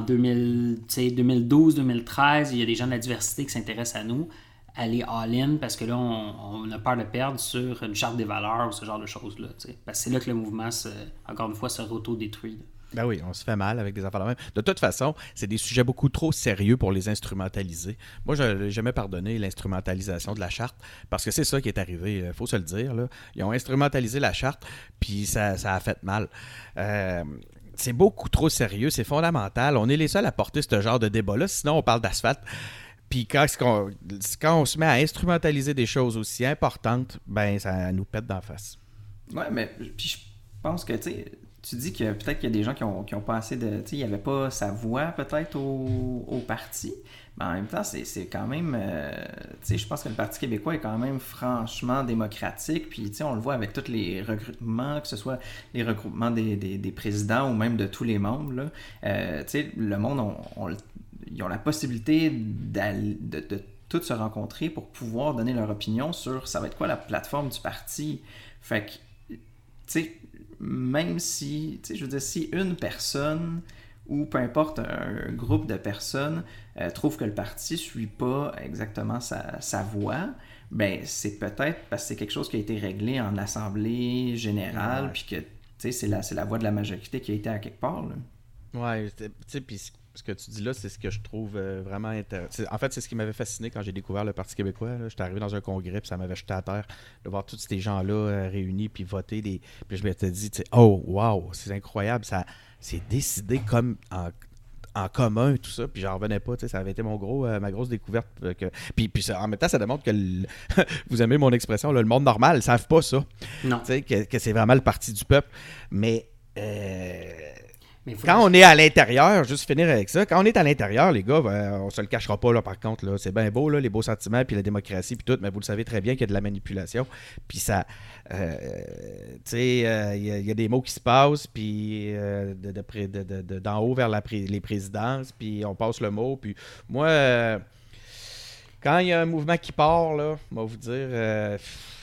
2012-2013, il y a des gens de la diversité qui s'intéressent à nous, aller all-in, parce que là, on a peur de perdre sur une charte des valeurs ou ce genre de choses-là. T'sais. Parce que c'est là que le mouvement, encore une fois, se auto-détruit. Ben oui, on se fait mal avec des affaires de même. De toute façon, c'est des sujets beaucoup trop sérieux pour les instrumentaliser. Moi, je n'ai jamais pardonné l'instrumentalisation de la charte, parce que c'est ça qui est arrivé, il faut se le dire. Là. Ils ont instrumentalisé la charte, puis ça a fait mal. C'est beaucoup trop sérieux, c'est fondamental. On est les seuls à porter ce genre de débat-là, sinon on parle d'asphalte. Puis quand on se met à instrumentaliser des choses aussi importantes, ben ça nous pète d'en face. Ouais, mais puis je pense que, tu dis que peut-être qu'il y a des gens qui ont pas assez de... Tu sais, il n'y avait pas sa voix peut-être au parti. Mais en même temps, c'est quand même... tu sais, je pense que le Parti québécois est quand même franchement démocratique. Puis, tu sais, on le voit avec tous les recrutements, que ce soit les regroupements des présidents ou même de tous les membres. Là. Tu sais, le monde, ils ont la possibilité de tous se rencontrer pour pouvoir donner leur opinion sur ça va être quoi la plateforme du parti. Fait que, tu sais... Même si, tu sais, je veux dire, si une personne ou peu importe un groupe de personnes trouve que le parti ne suit pas exactement sa voie, ben c'est peut-être parce que c'est quelque chose qui a été réglé en assemblée générale, puis que, tu sais, c'est la voix de la majorité qui a été à quelque part. Là. Ouais, tu sais, puis ce que tu dis là, c'est ce que je trouve vraiment intéressant. En fait, c'est ce qui m'avait fasciné quand j'ai découvert le Parti québécois. Là. J'étais arrivé dans un congrès, puis ça m'avait jeté à terre de voir tous ces gens-là réunis, puis voter. Puis je m'étais dit, oh, wow, c'est incroyable. Ça, c'est décidé comme en commun, tout ça, puis j'en revenais pas, ça avait été ma grosse découverte. Puis en même temps, ça démontre que, vous aimez mon expression, là, le monde normal, ils savent pas ça. Non. Que c'est vraiment le parti du peuple. Mais quand on est à l'intérieur, juste finir avec ça, quand on est à l'intérieur, les gars, on se le cachera pas, là, par contre, là, c'est bien beau, là, les beaux sentiments, puis la démocratie, puis tout, mais vous le savez très bien qu'il y a de la manipulation, puis ça, tu sais, il y a des mots qui se passent, puis d'en haut vers les présidences, puis on passe le mot, puis moi, quand il y a un mouvement qui part, là, on va vous dire...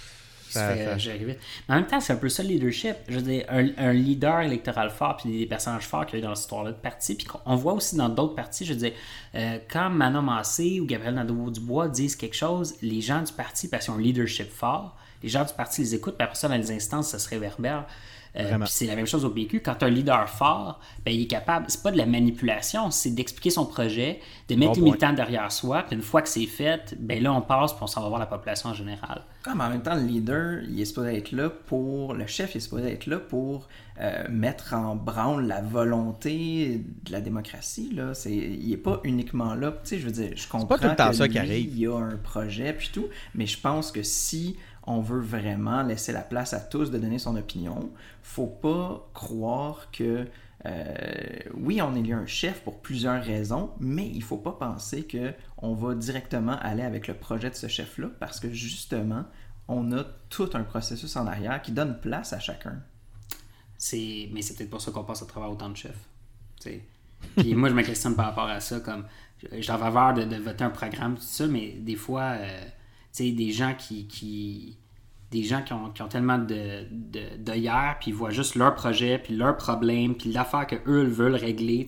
Mais en même temps, c'est un peu ça le leadership. Je veux dire, un leader électoral fort, puis des personnages forts qu'il y a eu dans cette histoire-là de parti, puis on voit aussi dans d'autres partis, je veux dire, quand Manon Massé ou Gabriel Nadeau-Dubois disent quelque chose, les gens du parti, parce qu'ils ont un leadership fort, les gens du parti les écoutent, puis après ça, dans les instances, ça se réverbère. Puis c'est la même chose au PQ. Quand tu as un leader fort, ben, il est capable, c'est pas de la manipulation, c'est d'expliquer son projet, de mettre les militants derrière soi, puis une fois que c'est fait, ben là on passe, puis on s'en va voir la population en général. Ah, mais en même temps, le leader, il est supposé être là pour, le chef, il est supposé être là pour mettre en branle la volonté de la démocratie, là. Il n'est pas uniquement là, tu sais, je veux dire, je comprends pas tout le temps que ça lui, qui arrive. Il y a un projet, puis tout, mais je pense que si on veut vraiment laisser la place à tous de donner son opinion, faut pas croire que oui, on élit un chef pour plusieurs raisons, mais il faut pas penser qu'on va directement aller avec le projet de ce chef-là, parce que justement, on a tout un processus en arrière qui donne place à chacun. Mais c'est peut-être pour ça qu'on passe à travers autant de chefs. T'sais. Puis moi, je me questionne par rapport à ça, comme j'en faveur de voter un programme, tout ça, mais des fois... des gens qui ont tellement d'œillères, puis ils voient juste leur projet, puis leur problème, puis l'affaire qu'eux veulent régler,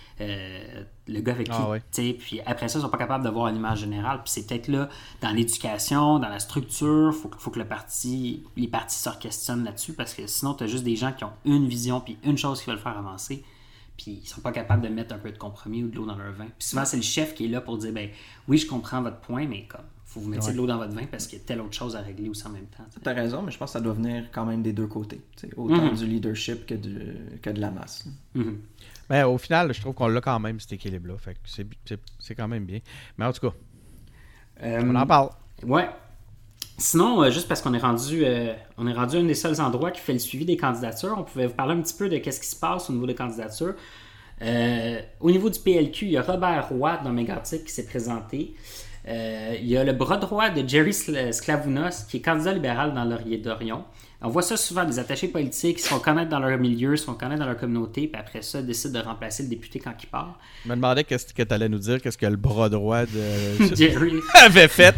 le gars avec qui, puis après ça, ils sont pas capables de voir une image générale, puis c'est peut-être là, dans l'éducation, dans la structure, faut que les partis se questionnent là-dessus, parce que sinon, tu as juste des gens qui ont une vision, puis une chose qu'ils veulent faire avancer, puis ils sont pas capables de mettre un peu de compromis ou de l'eau dans leur vin. Puis souvent, c'est le chef qui est là pour dire, ben oui, je comprends votre point, mais comme faut vous mettre de l'eau dans votre vin parce qu'il y a telle autre chose à régler aussi en même temps. Tu as raison, mais je pense que ça doit venir quand même des deux côtés. Autant du leadership que de la masse. Mais au final, je trouve qu'on l'a quand même, cet équilibre-là. Fait que c'est quand même bien. Mais en tout cas, on en parle. Ouais. Sinon, juste parce qu'on est rendu à un des seuls endroits qui fait le suivi des candidatures, on pouvait vous parler un petit peu de ce qui se passe au niveau des candidatures. Au niveau du PLQ, il y a Robert Roy dans Mégantic qui s'est présenté. Il y a le bras droit de Jerry Sklavounos qui est candidat libéral dans Laurier-Dorion. On voit ça souvent, des attachés politiques qui se font connaître dans leur milieu, se font connaître dans leur communauté, puis après ça, décident de remplacer le député quand il part. Je me demandais qu'est-ce que tu allais nous dire, qu'est-ce que le bras droit de Jerry avait fait.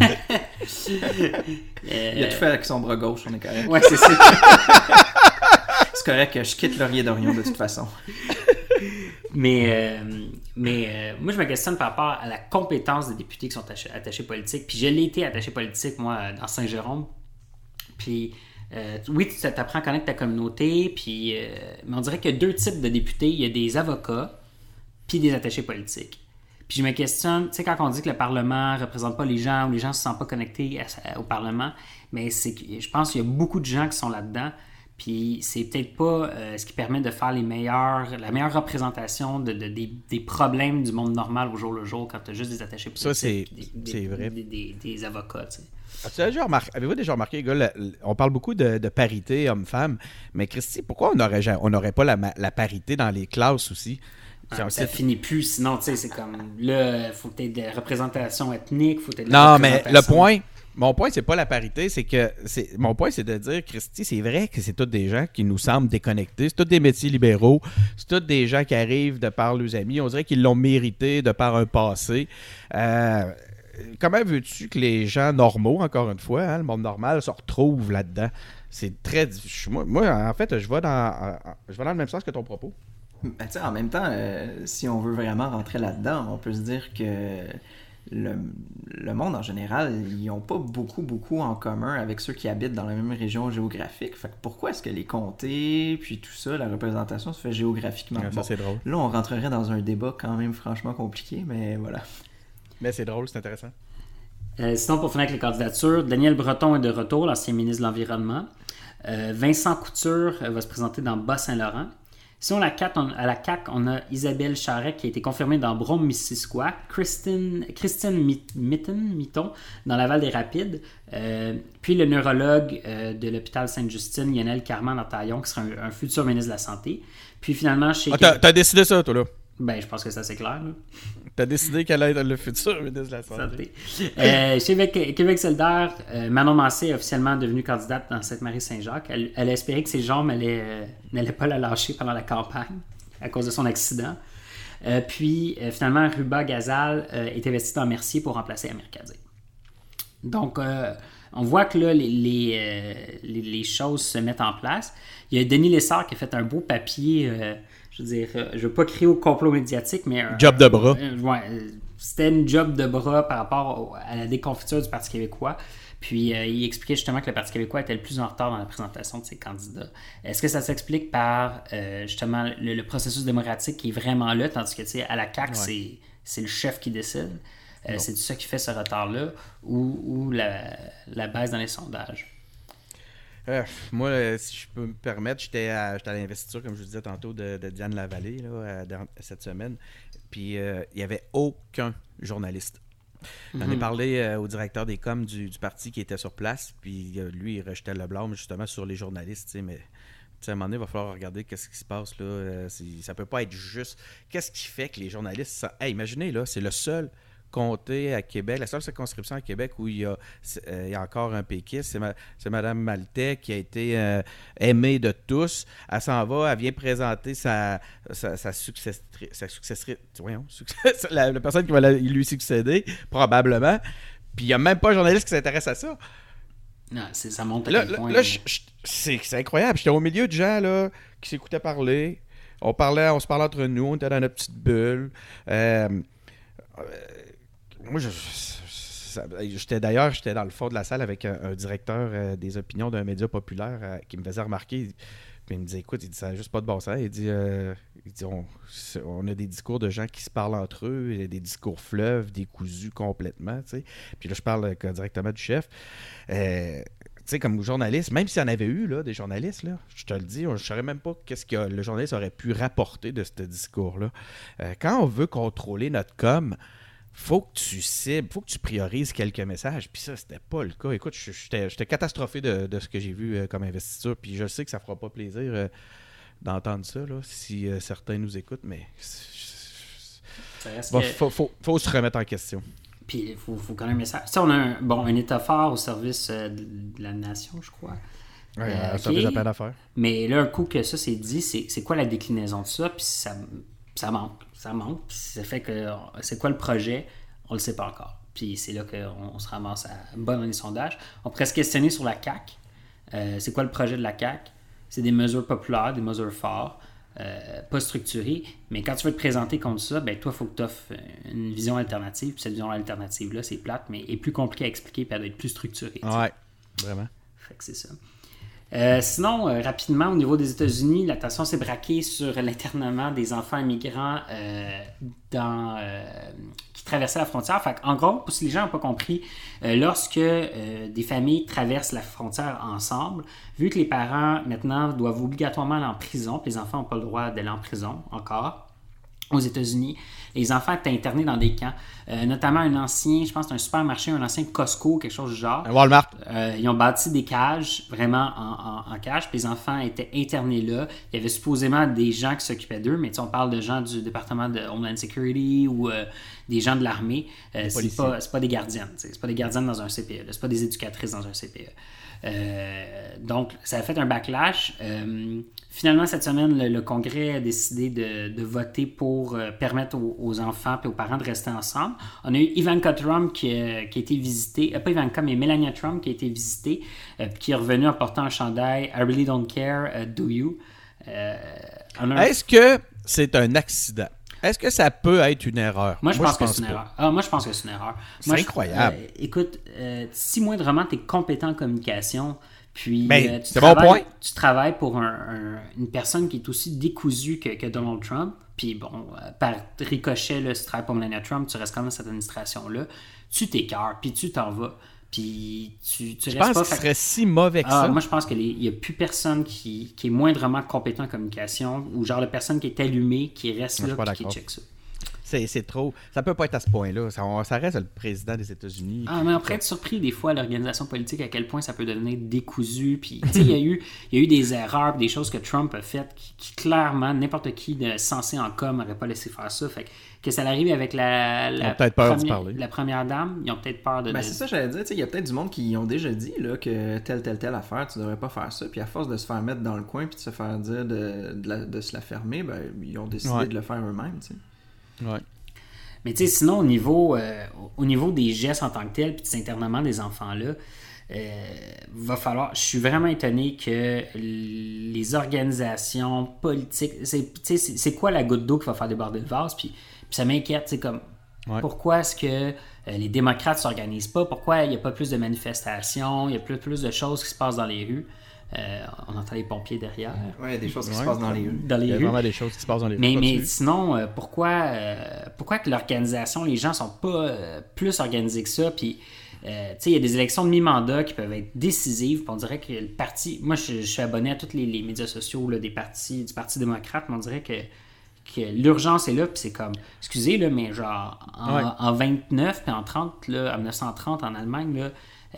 Il a tout fait avec son bras gauche, on est correct. Ouais, c'est ça. C'est correct que je quitte Laurier-Dorion de toute façon. Mais moi, je me questionne par rapport à la compétence des députés qui sont attachés politiques. Puis je l'ai été attaché politique, moi, dans Saint-Jérôme. Puis oui, tu t'apprends à connaître ta communauté, puis, mais on dirait qu'il y a deux types de députés. Il y a des avocats, puis des attachés politiques. Puis je me questionne, tu sais, quand on dit que le Parlement ne représente pas les gens, ou les gens ne se sentent pas connectés au Parlement, mais je pense qu'il y a beaucoup de gens qui sont là-dedans. Puis c'est peut-être pas ce qui permet de faire la meilleure représentation des problèmes du monde normal au jour le jour quand tu as juste des attachés politiques. Ça, c'est vrai. Des avocats, tu sais. Avez-vous déjà remarqué, gars, on parle beaucoup de parité homme-femme, mais Christy, pourquoi on n'aurait pas la parité dans les classes aussi? Ça finit plus, sinon, tu sais, c'est comme là, il faut peut-être des représentations ethniques, faut peut-être Non, mais mon point, c'est pas la parité, mon point, c'est de dire, Christy, c'est vrai que c'est tous des gens qui nous semblent déconnectés, c'est tous des métiers libéraux, c'est tous des gens qui arrivent de par leurs amis, on dirait qu'ils l'ont mérité de par un passé. Comment veux-tu que les gens normaux, encore une fois, le monde normal, se retrouvent là-dedans? C'est très difficile. Moi, en fait, je vais dans le même sens que ton propos. Ben, en même temps, si on veut vraiment rentrer là-dedans, on peut se dire que le monde en général, ils n'ont pas beaucoup en commun avec ceux qui habitent dans la même région géographique. Fait que pourquoi est-ce que les comtés, puis tout ça, la représentation se fait géographiquement? Ça, c'est drôle. Là, on rentrerait dans un débat quand même franchement compliqué, mais voilà. Mais c'est drôle, c'est intéressant. Sinon, pour finir avec les candidatures, Daniel Breton est de retour, l'ancien ministre de l'Environnement. Vincent Couture va se présenter dans Bas-Saint-Laurent. Sinon, à la CAQ, on a Isabelle Charret qui a été confirmée dans Brome-Missisquoi, Christine Mitton dans Laval-des-Rapides, puis le neurologue de l'hôpital Sainte-Justine, Lionel Carman dans Taillon, qui sera un futur ministre de la Santé. Puis finalement, chez... T'as décidé ça, toi, là? Ben, je pense que ça, c'est clair. Là. T'as décidé qu'elle allait être le futur ministre de la Santé. Chez Québec solidaire, Manon Massé est officiellement devenue candidate dans Sainte-Marie-Saint-Jacques. Elle a espéré que ses jambes n'allaient pas la lâcher pendant la campagne à cause de son accident. Puis, finalement, Ruba Gazal est investie dans Mercier pour remplacer Amir Kadir. Donc, on voit que là, les choses se mettent en place. Il y a Denis Lessard qui a fait un beau papier... je veux dire, je ne veux pas crier au complot médiatique, mais... Job de bras. C'était une job de bras par rapport à la déconfiture du Parti québécois. Puis, il expliquait justement que le Parti québécois était le plus en retard dans la présentation de ses candidats. Est-ce que ça s'explique par, justement, le processus démocratique qui est vraiment là, tandis que, tu sais, à la CAQ, c'est le chef qui décide? C'est ça qui fait ce retard-là ou la baisse dans les sondages? Moi, si je peux me permettre, j'étais à l'investiture, comme je vous disais tantôt, de Diane Lavallée là, cette semaine. Puis, il n'y avait aucun journaliste. J'en ai parlé au directeur des coms du parti qui était sur place. Puis, lui, il rejetait le blâme justement sur les journalistes. Mais à un moment donné, il va falloir regarder qu'est-ce qui se passe. Là. Ça peut pas être juste. Qu'est-ce qui fait que les journalistes... imaginez, là, c'est le seul... comté à Québec, la seule circonscription à Québec où il y a encore un péquiste, c'est Mme Maltais qui a été aimée de tous. Elle s'en va, elle vient présenter sa successrice, la personne qui va lui succéder, probablement. Puis il n'y a même pas un journaliste qui s'intéresse à ça. Non, ça monte à quel point. Là, c'est incroyable. J'étais au milieu de gens là, qui s'écoutaient parler. On se parlait entre nous, on était dans notre petite bulle. Moi, j'étais dans le fond de la salle avec un directeur des opinions d'un média populaire qui me faisait remarquer. Puis il me disait, écoute, ça n'a juste pas de bon sens. Il dit on a des discours de gens qui se parlent entre eux, des discours fleuves, décousus complètement. T'sais. Puis là, je parle directement du chef. Tu sais, comme journaliste, même s'il y en avait eu là, des journalistes, là, je te le dis, je ne saurais même pas qu'est-ce que le journaliste aurait pu rapporter de ce discours-là. Quand on veut contrôler notre com', faut que tu cibles, faut que tu priorises quelques messages. Puis ça, c'était pas le cas. Écoute, j'étais catastrophé de ce que j'ai vu comme investiture. Puis je sais que ça fera pas plaisir d'entendre ça, là, si certains nous écoutent, mais faut se remettre en question. Puis il faut quand même... Ça, on a un État fort au service de la nation, je crois. Oui, un service de plein d'affaires. Mais là, un coup que ça c'est dit, c'est quoi la déclinaison de ça? Puis ça manque. Puis ça fait que c'est quoi le projet? On le sait pas encore. Puis c'est là qu'on se ramasse à bas dans les sondages. On pourrait se questionner sur la CAQ. C'est quoi le projet de la CAQ? C'est des mesures populaires, des mesures fortes, pas structurées. Mais quand tu veux te présenter contre ça, ben toi, il faut que tu offres une vision alternative. Puis cette vision alternative-là, c'est plate, mais est plus compliquée à expliquer, puis elle doit être plus structurée. Ouais, vraiment. Fait que c'est ça. Sinon, rapidement, au niveau des États-Unis, l'attention s'est braquée sur l'internement des enfants immigrants qui traversaient la frontière. Fait en gros, si les gens n'ont pas compris, lorsque des familles traversent la frontière ensemble, vu que les parents, maintenant, doivent obligatoirement aller en prison, puis les enfants n'ont pas le droit d'aller en prison encore, aux États-Unis, les enfants étaient internés dans des camps, notamment un ancien, je pense un supermarché, un ancien Costco, quelque chose du genre. Un Walmart. Ils ont bâti des cages, vraiment en cage, puis les enfants étaient internés là. Il y avait supposément des gens qui s'occupaient d'eux, mais on parle de gens du département de Homeland Security ou des gens de l'armée. C'est pas des gardiennes, c'est pas des gardiennes dans un CPE, c'est pas des éducatrices dans un CPE. Donc, ça a fait un backlash. Finalement, cette semaine, le Congrès a décidé de voter pour permettre aux enfants et aux parents de rester ensemble. On a eu Ivanka Trump qui a été visitée, pas Ivanka, mais Melania Trump qui a été visitée, qui est revenue en portant un chandail I really don't care, do you? Est-ce que c'est un accident? Est-ce que ça peut être une erreur? Moi, je pense que c'est une erreur. Moi, je pense que c'est une erreur. C'est incroyable. Écoute, si moindrement tu es compétent en communication, puis tu travailles pour une personne qui est aussi décousue que Donald Trump, puis bon, par ricochet, là, si tu travailles pour Melania Trump, tu restes quand même dans cette administration-là, tu t'écœures, puis tu t'en vas. Puis tu restes pas... Je pense qu'il serait si mauvais que ça. Moi, je pense qu'il n'y a plus personne qui est moindrement compétent en communication ou genre la personne qui est allumée, qui reste là et qui check ça. C'est trop. Ça peut pas être à ce point-là. Ça reste le président des États-Unis. Mais on pourrait être surpris des fois à l'organisation politique à quel point ça peut devenir décousu. Puis, il y a eu des erreurs, des choses que Trump a faites qui clairement, n'importe qui censé en com n'aurait pas laissé faire ça. Fait que ça arrive avec la première dame, ils ont peut-être peur de... c'est ça, j'allais dire. Il y a peut-être du monde qui ont déjà dit là, que telle affaire, tu devrais pas faire ça. Puis à force de se faire mettre dans le coin puis de se faire dire de se la fermer, ils ont décidé de le faire eux-mêmes. T'sais. Ouais. Mais tu sais, sinon, au niveau des gestes en tant que tel, puis de internement des enfants-là, va falloir... Je suis vraiment étonné que les organisations politiques... C'est quoi la goutte d'eau qui va faire déborder le vase? Puis ça m'inquiète, c'est comme... Ouais. Pourquoi est-ce que les démocrates ne s'organisent pas? Pourquoi il n'y a pas plus de manifestations? Il y a plus de choses qui se passent dans les rues? On entend les pompiers derrière. Oui, il y a des choses qui se passent dans les rues. Il y a vraiment des choses qui se passent dans les rues. Mais sinon, pourquoi que l'organisation, les gens sont pas plus organisés que ça? Puis, il y a des élections de mi-mandat qui peuvent être décisives. Puis on dirait que le parti... Moi, je suis abonné à tous les médias sociaux là, du Parti démocrate, mais on dirait que l'urgence est là, puis c'est comme... Excusez, là, mais genre, en 29 puis en 30, là, en 1930, en Allemagne, là...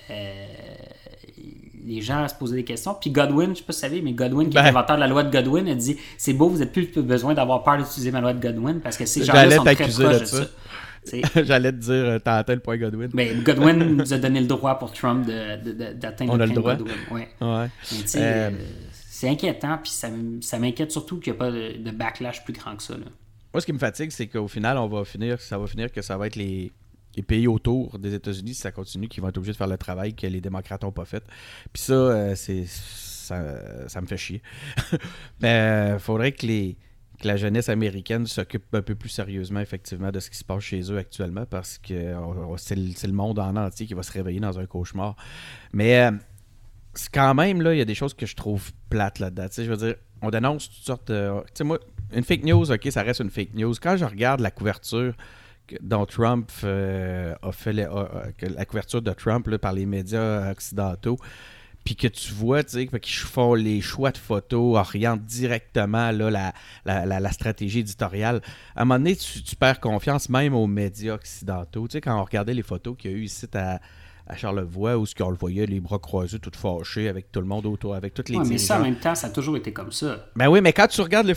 les gens se posaient des questions. Puis Godwin, je sais pas si vous savez, mais Godwin, qui est l'inventeur de la loi de Godwin, a dit « C'est beau, vous n'avez plus besoin d'avoir peur d'utiliser ma loi de Godwin parce que ces gens-là sont très proches de ça. » J'allais te dire, t'as atteint le point Godwin. Mais Godwin nous a donné le droit pour Trump d'atteindre le point Godwin. Ouais. C'est inquiétant, puis ça m'inquiète surtout qu'il n'y a pas de backlash plus grand que ça. Là. Moi, ce qui me fatigue, c'est qu'au final, ça va être les pays autour des États-Unis, si ça continue, qui vont être obligés de faire le travail que les démocrates n'ont pas fait. Puis ça, ça me fait chier. Mais il faudrait que la jeunesse américaine s'occupe un peu plus sérieusement, effectivement, de ce qui se passe chez eux actuellement, parce que c'est le monde en entier qui va se réveiller dans un cauchemar. Mais c'est quand même, là, il y a des choses que je trouve plates là-dedans. Je veux dire, on dénonce toutes sortes de... Tu sais, moi, une fake news, OK, ça reste une fake news. Quand je regarde la couverture dont Trump a fait la couverture de Trump là, par les médias occidentaux, puis que tu vois, tu sais, qu'ils font les choix de photos, orientent directement là, la stratégie éditoriale. À un moment donné, tu perds confiance même aux médias occidentaux. Tu sais, quand on regardait les photos qu'il y a eu ici à Charlevoix, où on le voyait, les bras croisés, tout fâchés, avec tout le monde autour, avec toutes les dirigeants. Mais ça, en même temps, ça a toujours été comme ça. Ben oui, mais quand tu regardes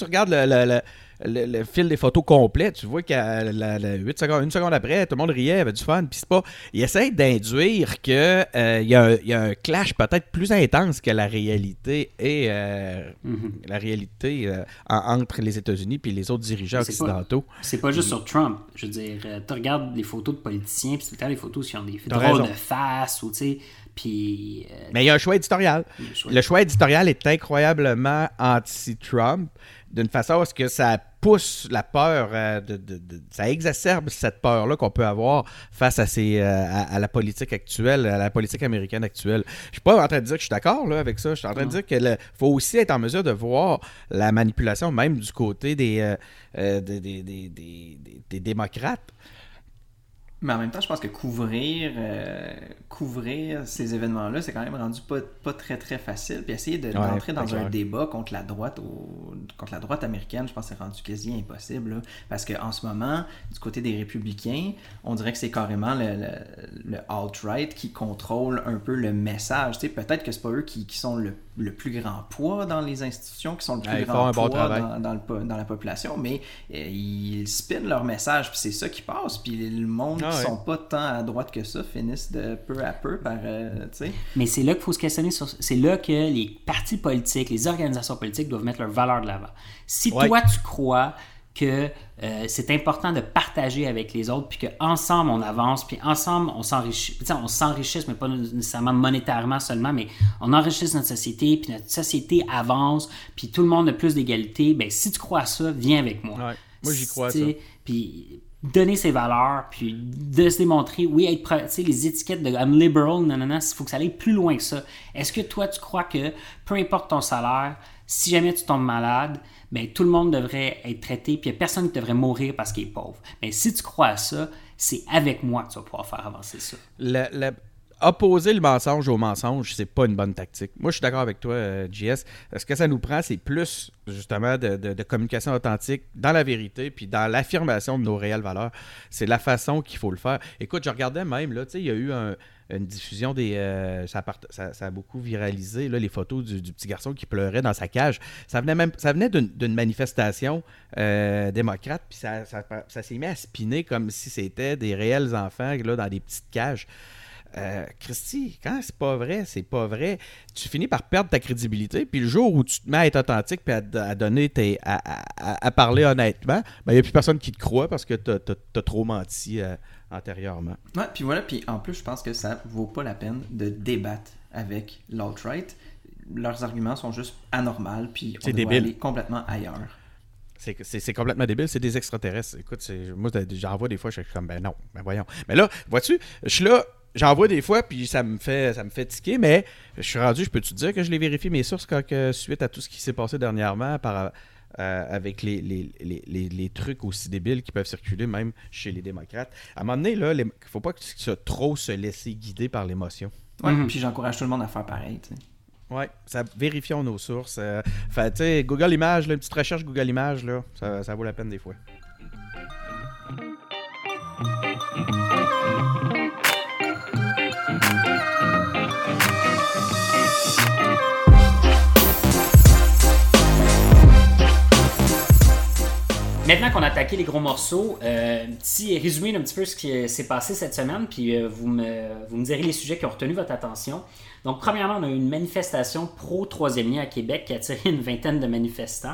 le fil des photos complet, tu vois qu'à 1 seconde après, tout le monde riait, avait du fun. Puis c'est pas... Il essaie d'induire qu'il y a un clash peut-être plus intense que la réalité et entre les États-Unis et les autres dirigeants occidentaux. C'est pas juste sur Trump. Je veux dire, tu regardes les photos de politiciens, puis c'est tout le temps les photos qui ont des drôles de face, ou tu sais... Puis, mais il y a un choix éditorial. Le choix éditorial est incroyablement anti-Trump, d'une façon à ce que ça pousse la peur, ça exacerbe cette peur-là qu'on peut avoir face à la politique actuelle, à la politique américaine actuelle. Je suis pas en train de dire que je suis d'accord là, avec ça. Je suis en train de dire qu'il faut aussi être en mesure de voir la manipulation, même du côté des démocrates. Mais en même temps, je pense que couvrir ces événements-là, c'est quand même rendu pas très très facile. Puis essayer d'entrer dans un débat contre la droite américaine, je pense que c'est rendu quasi impossible. Là, parce qu'en ce moment, du côté des républicains, on dirait que c'est carrément le alt-right qui contrôle un peu le message. Tu sais, peut-être que c'est pas eux qui sont le plus grand poids dans les institutions, qui sont le plus grand poids dans la population, mais ils spinnent leur message, puis c'est ça qui passe. Puis le monde qui sont pas tant à droite que ça finissent de peu à peu par... Mais c'est là qu'il faut se questionner sur... C'est là que les partis politiques, les organisations politiques doivent mettre leurs valeurs de l'avant. Si toi, tu crois que c'est important de partager avec les autres, puis qu'ensemble, on avance, puis ensemble, on s'enrichit. On s'enrichisse, mais pas nécessairement monétairement seulement, mais on enrichisse notre société, puis notre société avance, puis tout le monde a plus d'égalité. Ben, si tu crois à ça, viens avec moi. Ouais. Moi, j'y crois à ça. Puis donner ses valeurs, puis de se démontrer, oui, les étiquettes de « I'm liberal », il faut que ça aille plus loin que ça. Est-ce que toi, tu crois que, peu importe ton salaire, si jamais tu tombes malade, ben, tout le monde devrait être traité, puis il n'y a personne qui devrait mourir parce qu'il est pauvre. Mais si tu crois à ça, c'est avec moi que tu vas pouvoir faire avancer ça. opposer le mensonge au mensonge, c'est pas une bonne tactique. Moi, je suis d'accord avec toi, JS. Ce que ça nous prend, c'est plus, justement, de communication authentique dans la vérité puis dans l'affirmation de nos réelles valeurs. C'est la façon qu'il faut le faire. Écoute, je regardais même, là, tu sais, il y a eu une diffusion ça a beaucoup viralisé, là, les photos du petit garçon qui pleurait dans sa cage. Ça venait d'une manifestation démocrate, puis ça s'est mis à spinner comme si c'était des réels enfants là, dans des petites cages. Christy, quand c'est pas vrai, tu finis par perdre ta crédibilité, puis le jour où tu te mets à être authentique puis à donner à parler honnêtement, il n'y a plus personne qui te croit parce que t'as trop menti antérieurement. Ouais, puis voilà, puis en plus, je pense que ça vaut pas la peine de débattre avec l'alt-right. Leurs arguments sont juste anormaux, puis on doit aller complètement ailleurs. C'est complètement débile, c'est des extraterrestres. Écoute, moi, j'en vois des fois, je suis comme, ben non, ben voyons. Mais là, vois-tu, je suis là, j'en vois des fois, puis ça me fait tiquer, mais je suis rendu, je peux te dire que je l'ai vérifié mes sources suite à tout ce qui s'est passé dernièrement avec les trucs aussi débiles qui peuvent circuler même chez les démocrates. À un moment donné, il ne faut pas trop se laisser guider par l'émotion. Ouais, puis j'encourage tout le monde à faire pareil, tu sais. Oui, vérifions nos sources. Tu sais, Google Images, une petite recherche Google Images, là, ça vaut la peine des fois. Maintenant qu'on a attaqué les gros morceaux, petit résumé d'un petit peu ce qui s'est passé cette semaine, puis vous me direz les sujets qui ont retenu votre attention. Donc, premièrement, on a eu une manifestation pro-troisième lien à Québec qui a attiré une vingtaine de manifestants.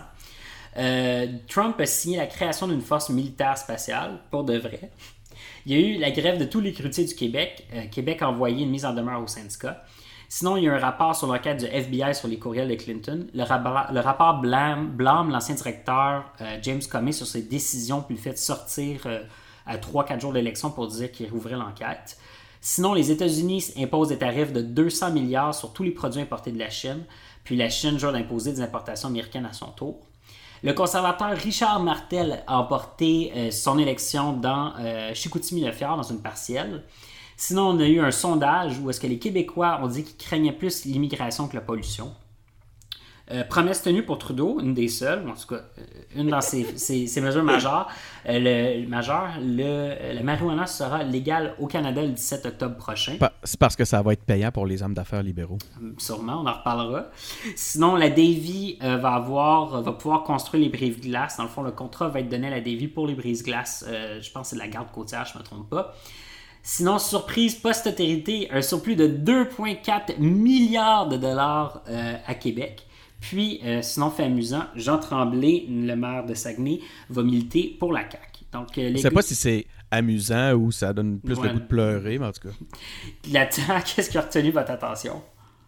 Trump a signé la création d'une force militaire spatiale, pour de vrai. Il y a eu la grève de tous les cruetiers du Québec. Québec a envoyé une mise en demeure au syndicat. Sinon, il y a un rapport sur l'enquête du FBI sur les courriels de Clinton. Le rapport blâme l'ancien directeur James Comey sur ses décisions puis le fait de sortir à 3-4 jours de l'élection pour dire qu'il rouvrait l'enquête. Sinon, les États-Unis imposent des tarifs de 200 milliards sur tous les produits importés de la Chine, puis la Chine jure d'imposer des importations américaines à son tour. Le conservateur Richard Martel a emporté son élection dans Chicoutimi-Le-Fjord dans une partielle. Sinon, on a eu un sondage où est-ce que les Québécois ont dit qu'ils craignaient plus l'immigration que la pollution. Promesse tenue pour Trudeau, une des seules, en tout cas, une dans ses mesures majeures. La marijuana sera légale au Canada le 17 octobre prochain. C'est parce que ça va être payant pour les hommes d'affaires libéraux. Sûrement, on en reparlera. Sinon, la Davie va pouvoir construire les brises-glaces. Dans le fond, le contrat va être donné à la Davie pour les brises-glaces. Je pense que c'est de la garde côtière, je ne me trompe pas. Sinon, surprise post-austérité, un surplus de 2,4 milliards de dollars à Québec. Puis, sinon, fait amusant, Jean Tremblay, le maire de Saguenay, va militer pour la CAQ. Donc, je ne sais pas si c'est amusant ou ça donne plus le goût de pleurer, mais en tout cas. Là-dedans, qu'est-ce qui a retenu votre attention?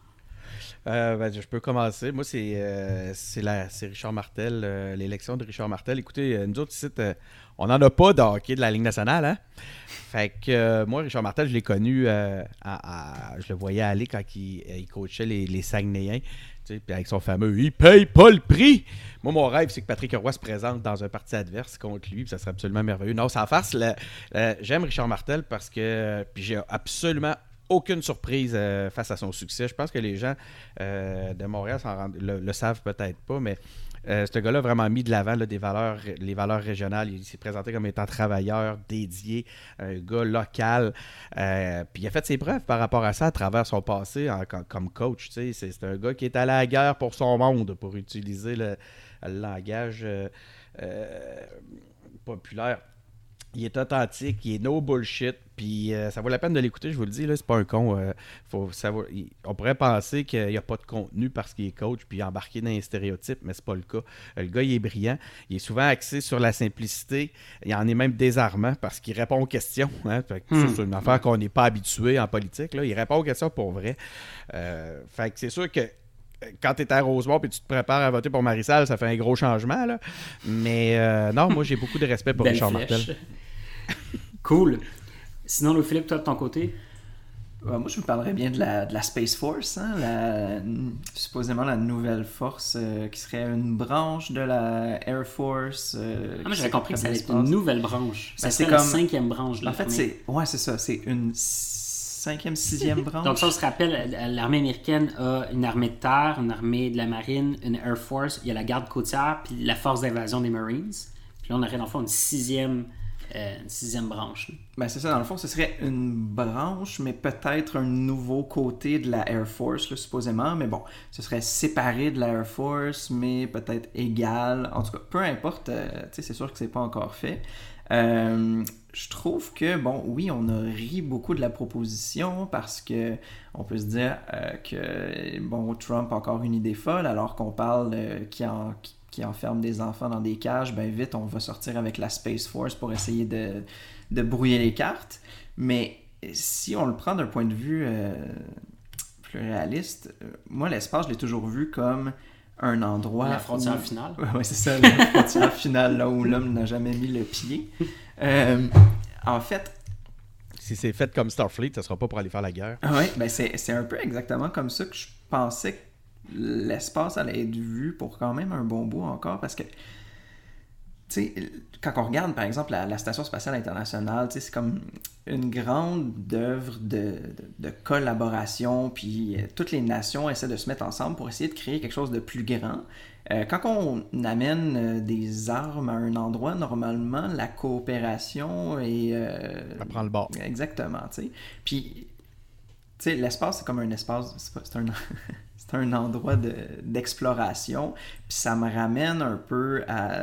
Je peux commencer. Moi, c'est Richard Martel, l'élection de Richard Martel. Écoutez, nous autres ici, on n'en a pas de hockey de la Ligue nationale, hein? Fait que moi, Richard Martel, je l'ai connu, je le voyais aller quand il coachait les Saguenayens, puis avec son fameux « il paye pas le prix ». Moi, mon rêve, c'est que Patrick Roy se présente dans un parti adverse contre lui, puis ça serait absolument merveilleux. Non, sans farce, j'aime Richard Martel parce que j'ai absolument aucune surprise face à son succès. Je pense que les gens de Montréal le savent peut-être pas, mais ce gars-là a vraiment mis de l'avant là, les valeurs régionales. Il s'est présenté comme étant travailleur, dédié, un gars local. Puis il a fait ses preuves par rapport à ça à travers son passé comme coach. C'est un gars qui est allé à la guerre pour son monde, pour utiliser le langage populaire. Il est authentique, il est no bullshit, puis ça vaut la peine de l'écouter, je vous le dis, là, c'est pas un con. On pourrait penser qu'il n'y a pas de contenu parce qu'il est coach, puis embarqué dans les stéréotypes, mais c'est pas le cas. Le gars, il est brillant, il est souvent axé sur la simplicité, il en est même désarmant parce qu'il répond aux questions. Hein? Fait que c'est une affaire qu'on n'est pas habitué en politique, là. Il répond aux questions pour vrai. Fait que c'est sûr que quand tu es à Rosemont et tu te prépares à voter pour Marie-Salle, ça fait un gros changement, là. Mais non, moi, j'ai beaucoup de respect pour Richard Martel. Cool. Sinon, Louis-Philippe, toi, de ton côté? Moi, je vous parlerais bien de la Space Force, hein, supposément la nouvelle force qui serait une branche de la Air Force. Moi, j'avais compris que ça allait être une nouvelle branche. Ça serait comme la 5e branche de l'armée. En fait, c'est ça. C'est 5e, 6e branche. Donc ça, on se rappelle, l'armée américaine a une armée de terre, une armée de la marine, une Air Force, il y a la garde côtière, puis la force d'invasion des Marines. Puis là, on aurait dans le fond une sixième branche. Ben c'est ça, dans le fond, ce serait une branche, mais peut-être un nouveau côté de la Air Force, là, supposément. Mais bon, ce serait séparé de la Air Force, mais peut-être égal. En tout cas, peu importe, c'est sûr que c'est pas encore fait. Je trouve que, bon, oui, on a ri beaucoup de la proposition parce que on peut se dire que, bon, Trump a encore une idée folle, alors qu'on parle qui enferme des enfants dans des cages, ben vite, on va sortir avec la Space Force pour essayer de brouiller les cartes. Mais si on le prend d'un point de vue plus réaliste, moi, l'espace, je l'ai toujours vu comme un endroit... La frontière finale. Oui, c'est ça, la frontière finale, là où l'homme n'a jamais mis le pied. En fait... Si c'est fait comme Starfleet, ça sera pas pour aller faire la guerre. Oui, ben c'est un peu exactement comme ça que je pensais que l'espace allait être vu pour quand même un bon bout encore, parce que tu sais, quand on regarde par exemple la Station spatiale internationale, c'est comme une grande œuvre de collaboration, puis toutes les nations essaient de se mettre ensemble pour essayer de créer quelque chose de plus grand. Quand on amène des armes à un endroit, normalement la coopération est... Ça prend le bord. Exactement, tu sais. Puis tu sais, l'espace, c'est comme un espace, c'est un endroit d'exploration, puis ça me ramène un peu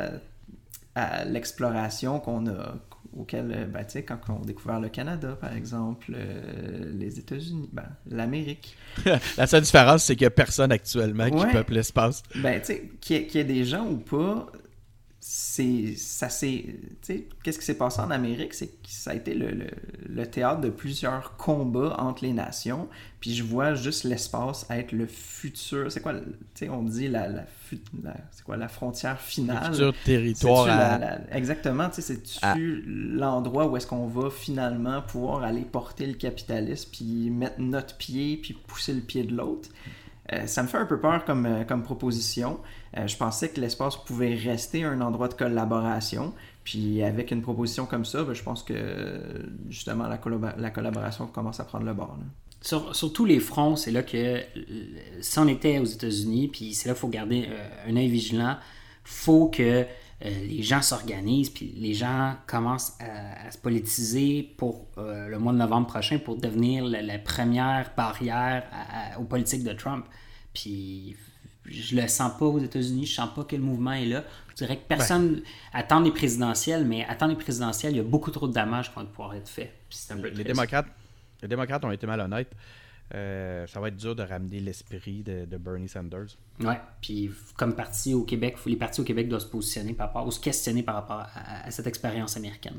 à l'exploration auquel, ben, tu sais, quand on a découvert le Canada, par exemple, les États-Unis, ben, l'Amérique. La seule différence, c'est qu'il n'y a personne actuellement qui peuple l'espace. Ben, tu sais, qu'il y ait des gens ou pas, qu'est-ce qui s'est passé en Amérique, c'est que ça a été le théâtre de plusieurs combats entre les nations, puis je vois juste l'espace être le futur, c'est quoi, tu sais, on dit c'est quoi, la frontière finale, le futur territoire exactement, tu sais, c'est-tu l'endroit où est-ce qu'on va finalement pouvoir aller porter le capitalisme, puis mettre notre pied, puis pousser le pied de l'autre. Ça me fait un peu peur comme proposition. Je pensais que l'espace pouvait rester un endroit de collaboration. Puis avec une proposition comme ça, ben, je pense que justement la collaboration commence à prendre le bord. Sur tous les fronts, c'est là que si on était aux États-Unis, puis c'est là qu'il faut garder un œil vigilant, faut que les gens s'organisent, puis les gens commencent à se politiser pour le mois de novembre prochain pour devenir la première barrière aux politiques de Trump. Puis je le sens pas aux États-Unis, je sens pas que le mouvement est là. Je dirais que personne attend les présidentielles, mais attend les présidentielles, il y a beaucoup trop de dommages qui vont pouvoir être faits. Puis c'est un peu les démocrates ont été malhonnêtes. Ça va être dur de ramener l'esprit de Bernie Sanders. Ouais, puis comme parti au Québec, les partis au Québec doivent se positionner par rapport, ou se questionner par rapport à cette expérience américaine.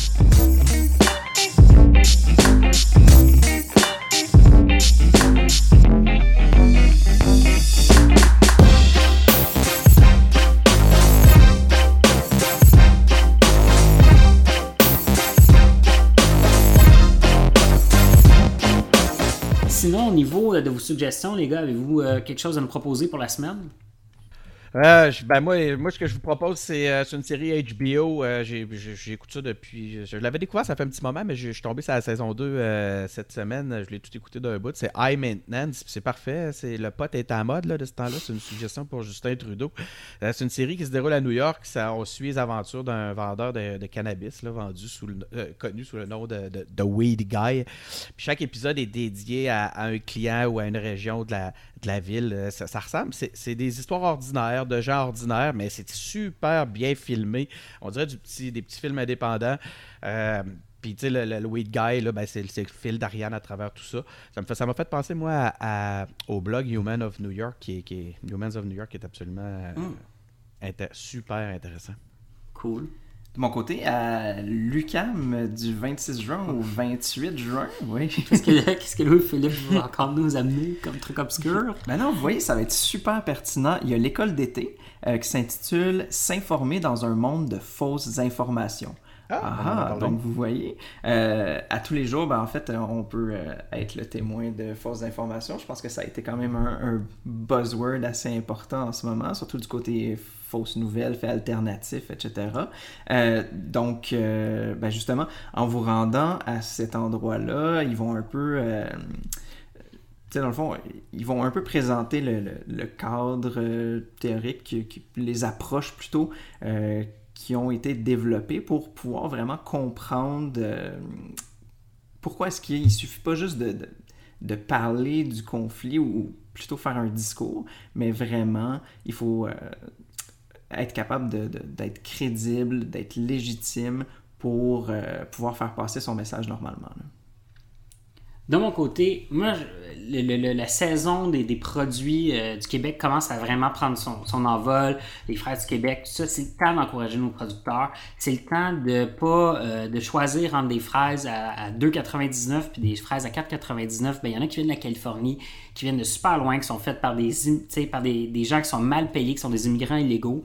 Sinon, au niveau de vos suggestions, les gars, avez-vous quelque chose à me proposer pour la semaine? Moi, ce que je vous propose, c'est une série HBO. J'écoute ça depuis... Je l'avais découvert, ça fait un petit moment, mais je suis tombé sur la saison 2 cette semaine. Je l'ai tout écouté d'un bout. C'est High Maintenance. C'est parfait. Le pot est en mode là, de ce temps-là. C'est une suggestion pour Justin Trudeau. C'est une série qui se déroule à New York. On suit les aventures d'un vendeur de cannabis là, connu sous le nom de Weed Guy. Puis chaque épisode est dédié à un client ou à une région de la ville. Ça ressemble. C'est des histoires ordinaires, de gens ordinaires, mais c'est super bien filmé. On dirait des petits films indépendants. Puis, tu sais, le Weed Guy, là, ben, c'est le fil d'Ariane à travers tout ça. Ça m'a fait penser, moi, au blog Humans of New York, qui est absolument super intéressant. Cool. De mon côté, à l'UQAM du 26 juin au 28 juin, oui. Qu'est-ce que Louis-Philippe va encore nous amener comme truc obscur? Ben non, vous voyez, ça va être super pertinent. Il y a l'école d'été qui s'intitule « S'informer dans un monde de fausses informations ». Donc vous voyez, à tous les jours, ben, en fait, on peut être le témoin de fausses informations. Je pense que ça a été quand même un buzzword assez important en ce moment, surtout du côté fausses nouvelles, faits alternatifs, etc. Donc, justement, en vous rendant à cet endroit-là, ils vont un peu... dans le fond, ils vont un peu présenter le cadre théorique, les approches plutôt qui ont été développées pour pouvoir vraiment comprendre pourquoi est-ce qu'il ne suffit pas juste de parler du conflit ou plutôt faire un discours, mais vraiment, il faut être capable d'être crédible, d'être légitime pour pouvoir faire passer son message normalement. Là. De mon côté, moi, la saison des produits du Québec commence à vraiment prendre son envol. Les fraises du Québec, tout ça, c'est le temps d'encourager nos producteurs. C'est le temps de choisir entre des fraises à 2,99 puis des fraises à 4,99. Il y en a qui viennent de la Californie, qui viennent de super loin, qui sont faites par des gens qui sont mal payés, qui sont des immigrants illégaux.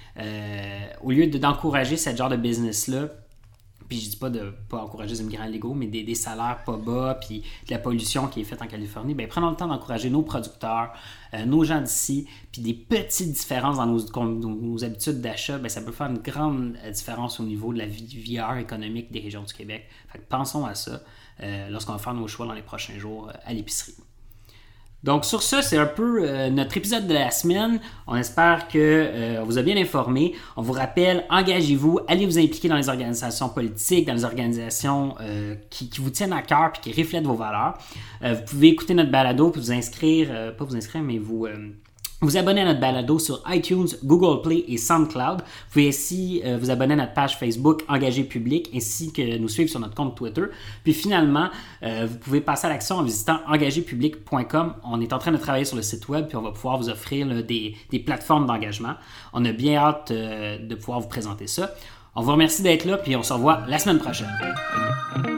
Au lieu d'encourager ce genre de business-là, puis je dis pas de pas encourager les immigrants illégaux, mais des salaires pas bas, puis de la pollution qui est faite en Californie, prenons le temps d'encourager nos producteurs, nos gens d'ici, puis des petites différences dans nos habitudes d'achat, ça peut faire une grande différence au niveau de la vie économique des régions du Québec. Fait que pensons à ça lorsqu'on va faire nos choix dans les prochains jours à l'épicerie. Donc sur ça, c'est un peu notre épisode de la semaine. On espère qu'on vous a bien informé. On vous rappelle, engagez-vous, allez vous impliquer dans les organisations politiques, dans les organisations qui vous tiennent à cœur et qui reflètent vos valeurs. Vous pouvez écouter notre balado puis vous inscrire, pas vous inscrire, mais vous abonner à notre balado sur iTunes, Google Play et SoundCloud. Vous pouvez aussi vous abonner à notre page Facebook Engagé Public ainsi que nous suivre sur notre compte Twitter. Puis finalement, vous pouvez passer à l'action en visitant engagépublic.com. On est en train de travailler sur le site web puis on va pouvoir vous offrir des plateformes d'engagement. On a bien hâte de pouvoir vous présenter ça. On vous remercie d'être là puis on se revoit la semaine prochaine.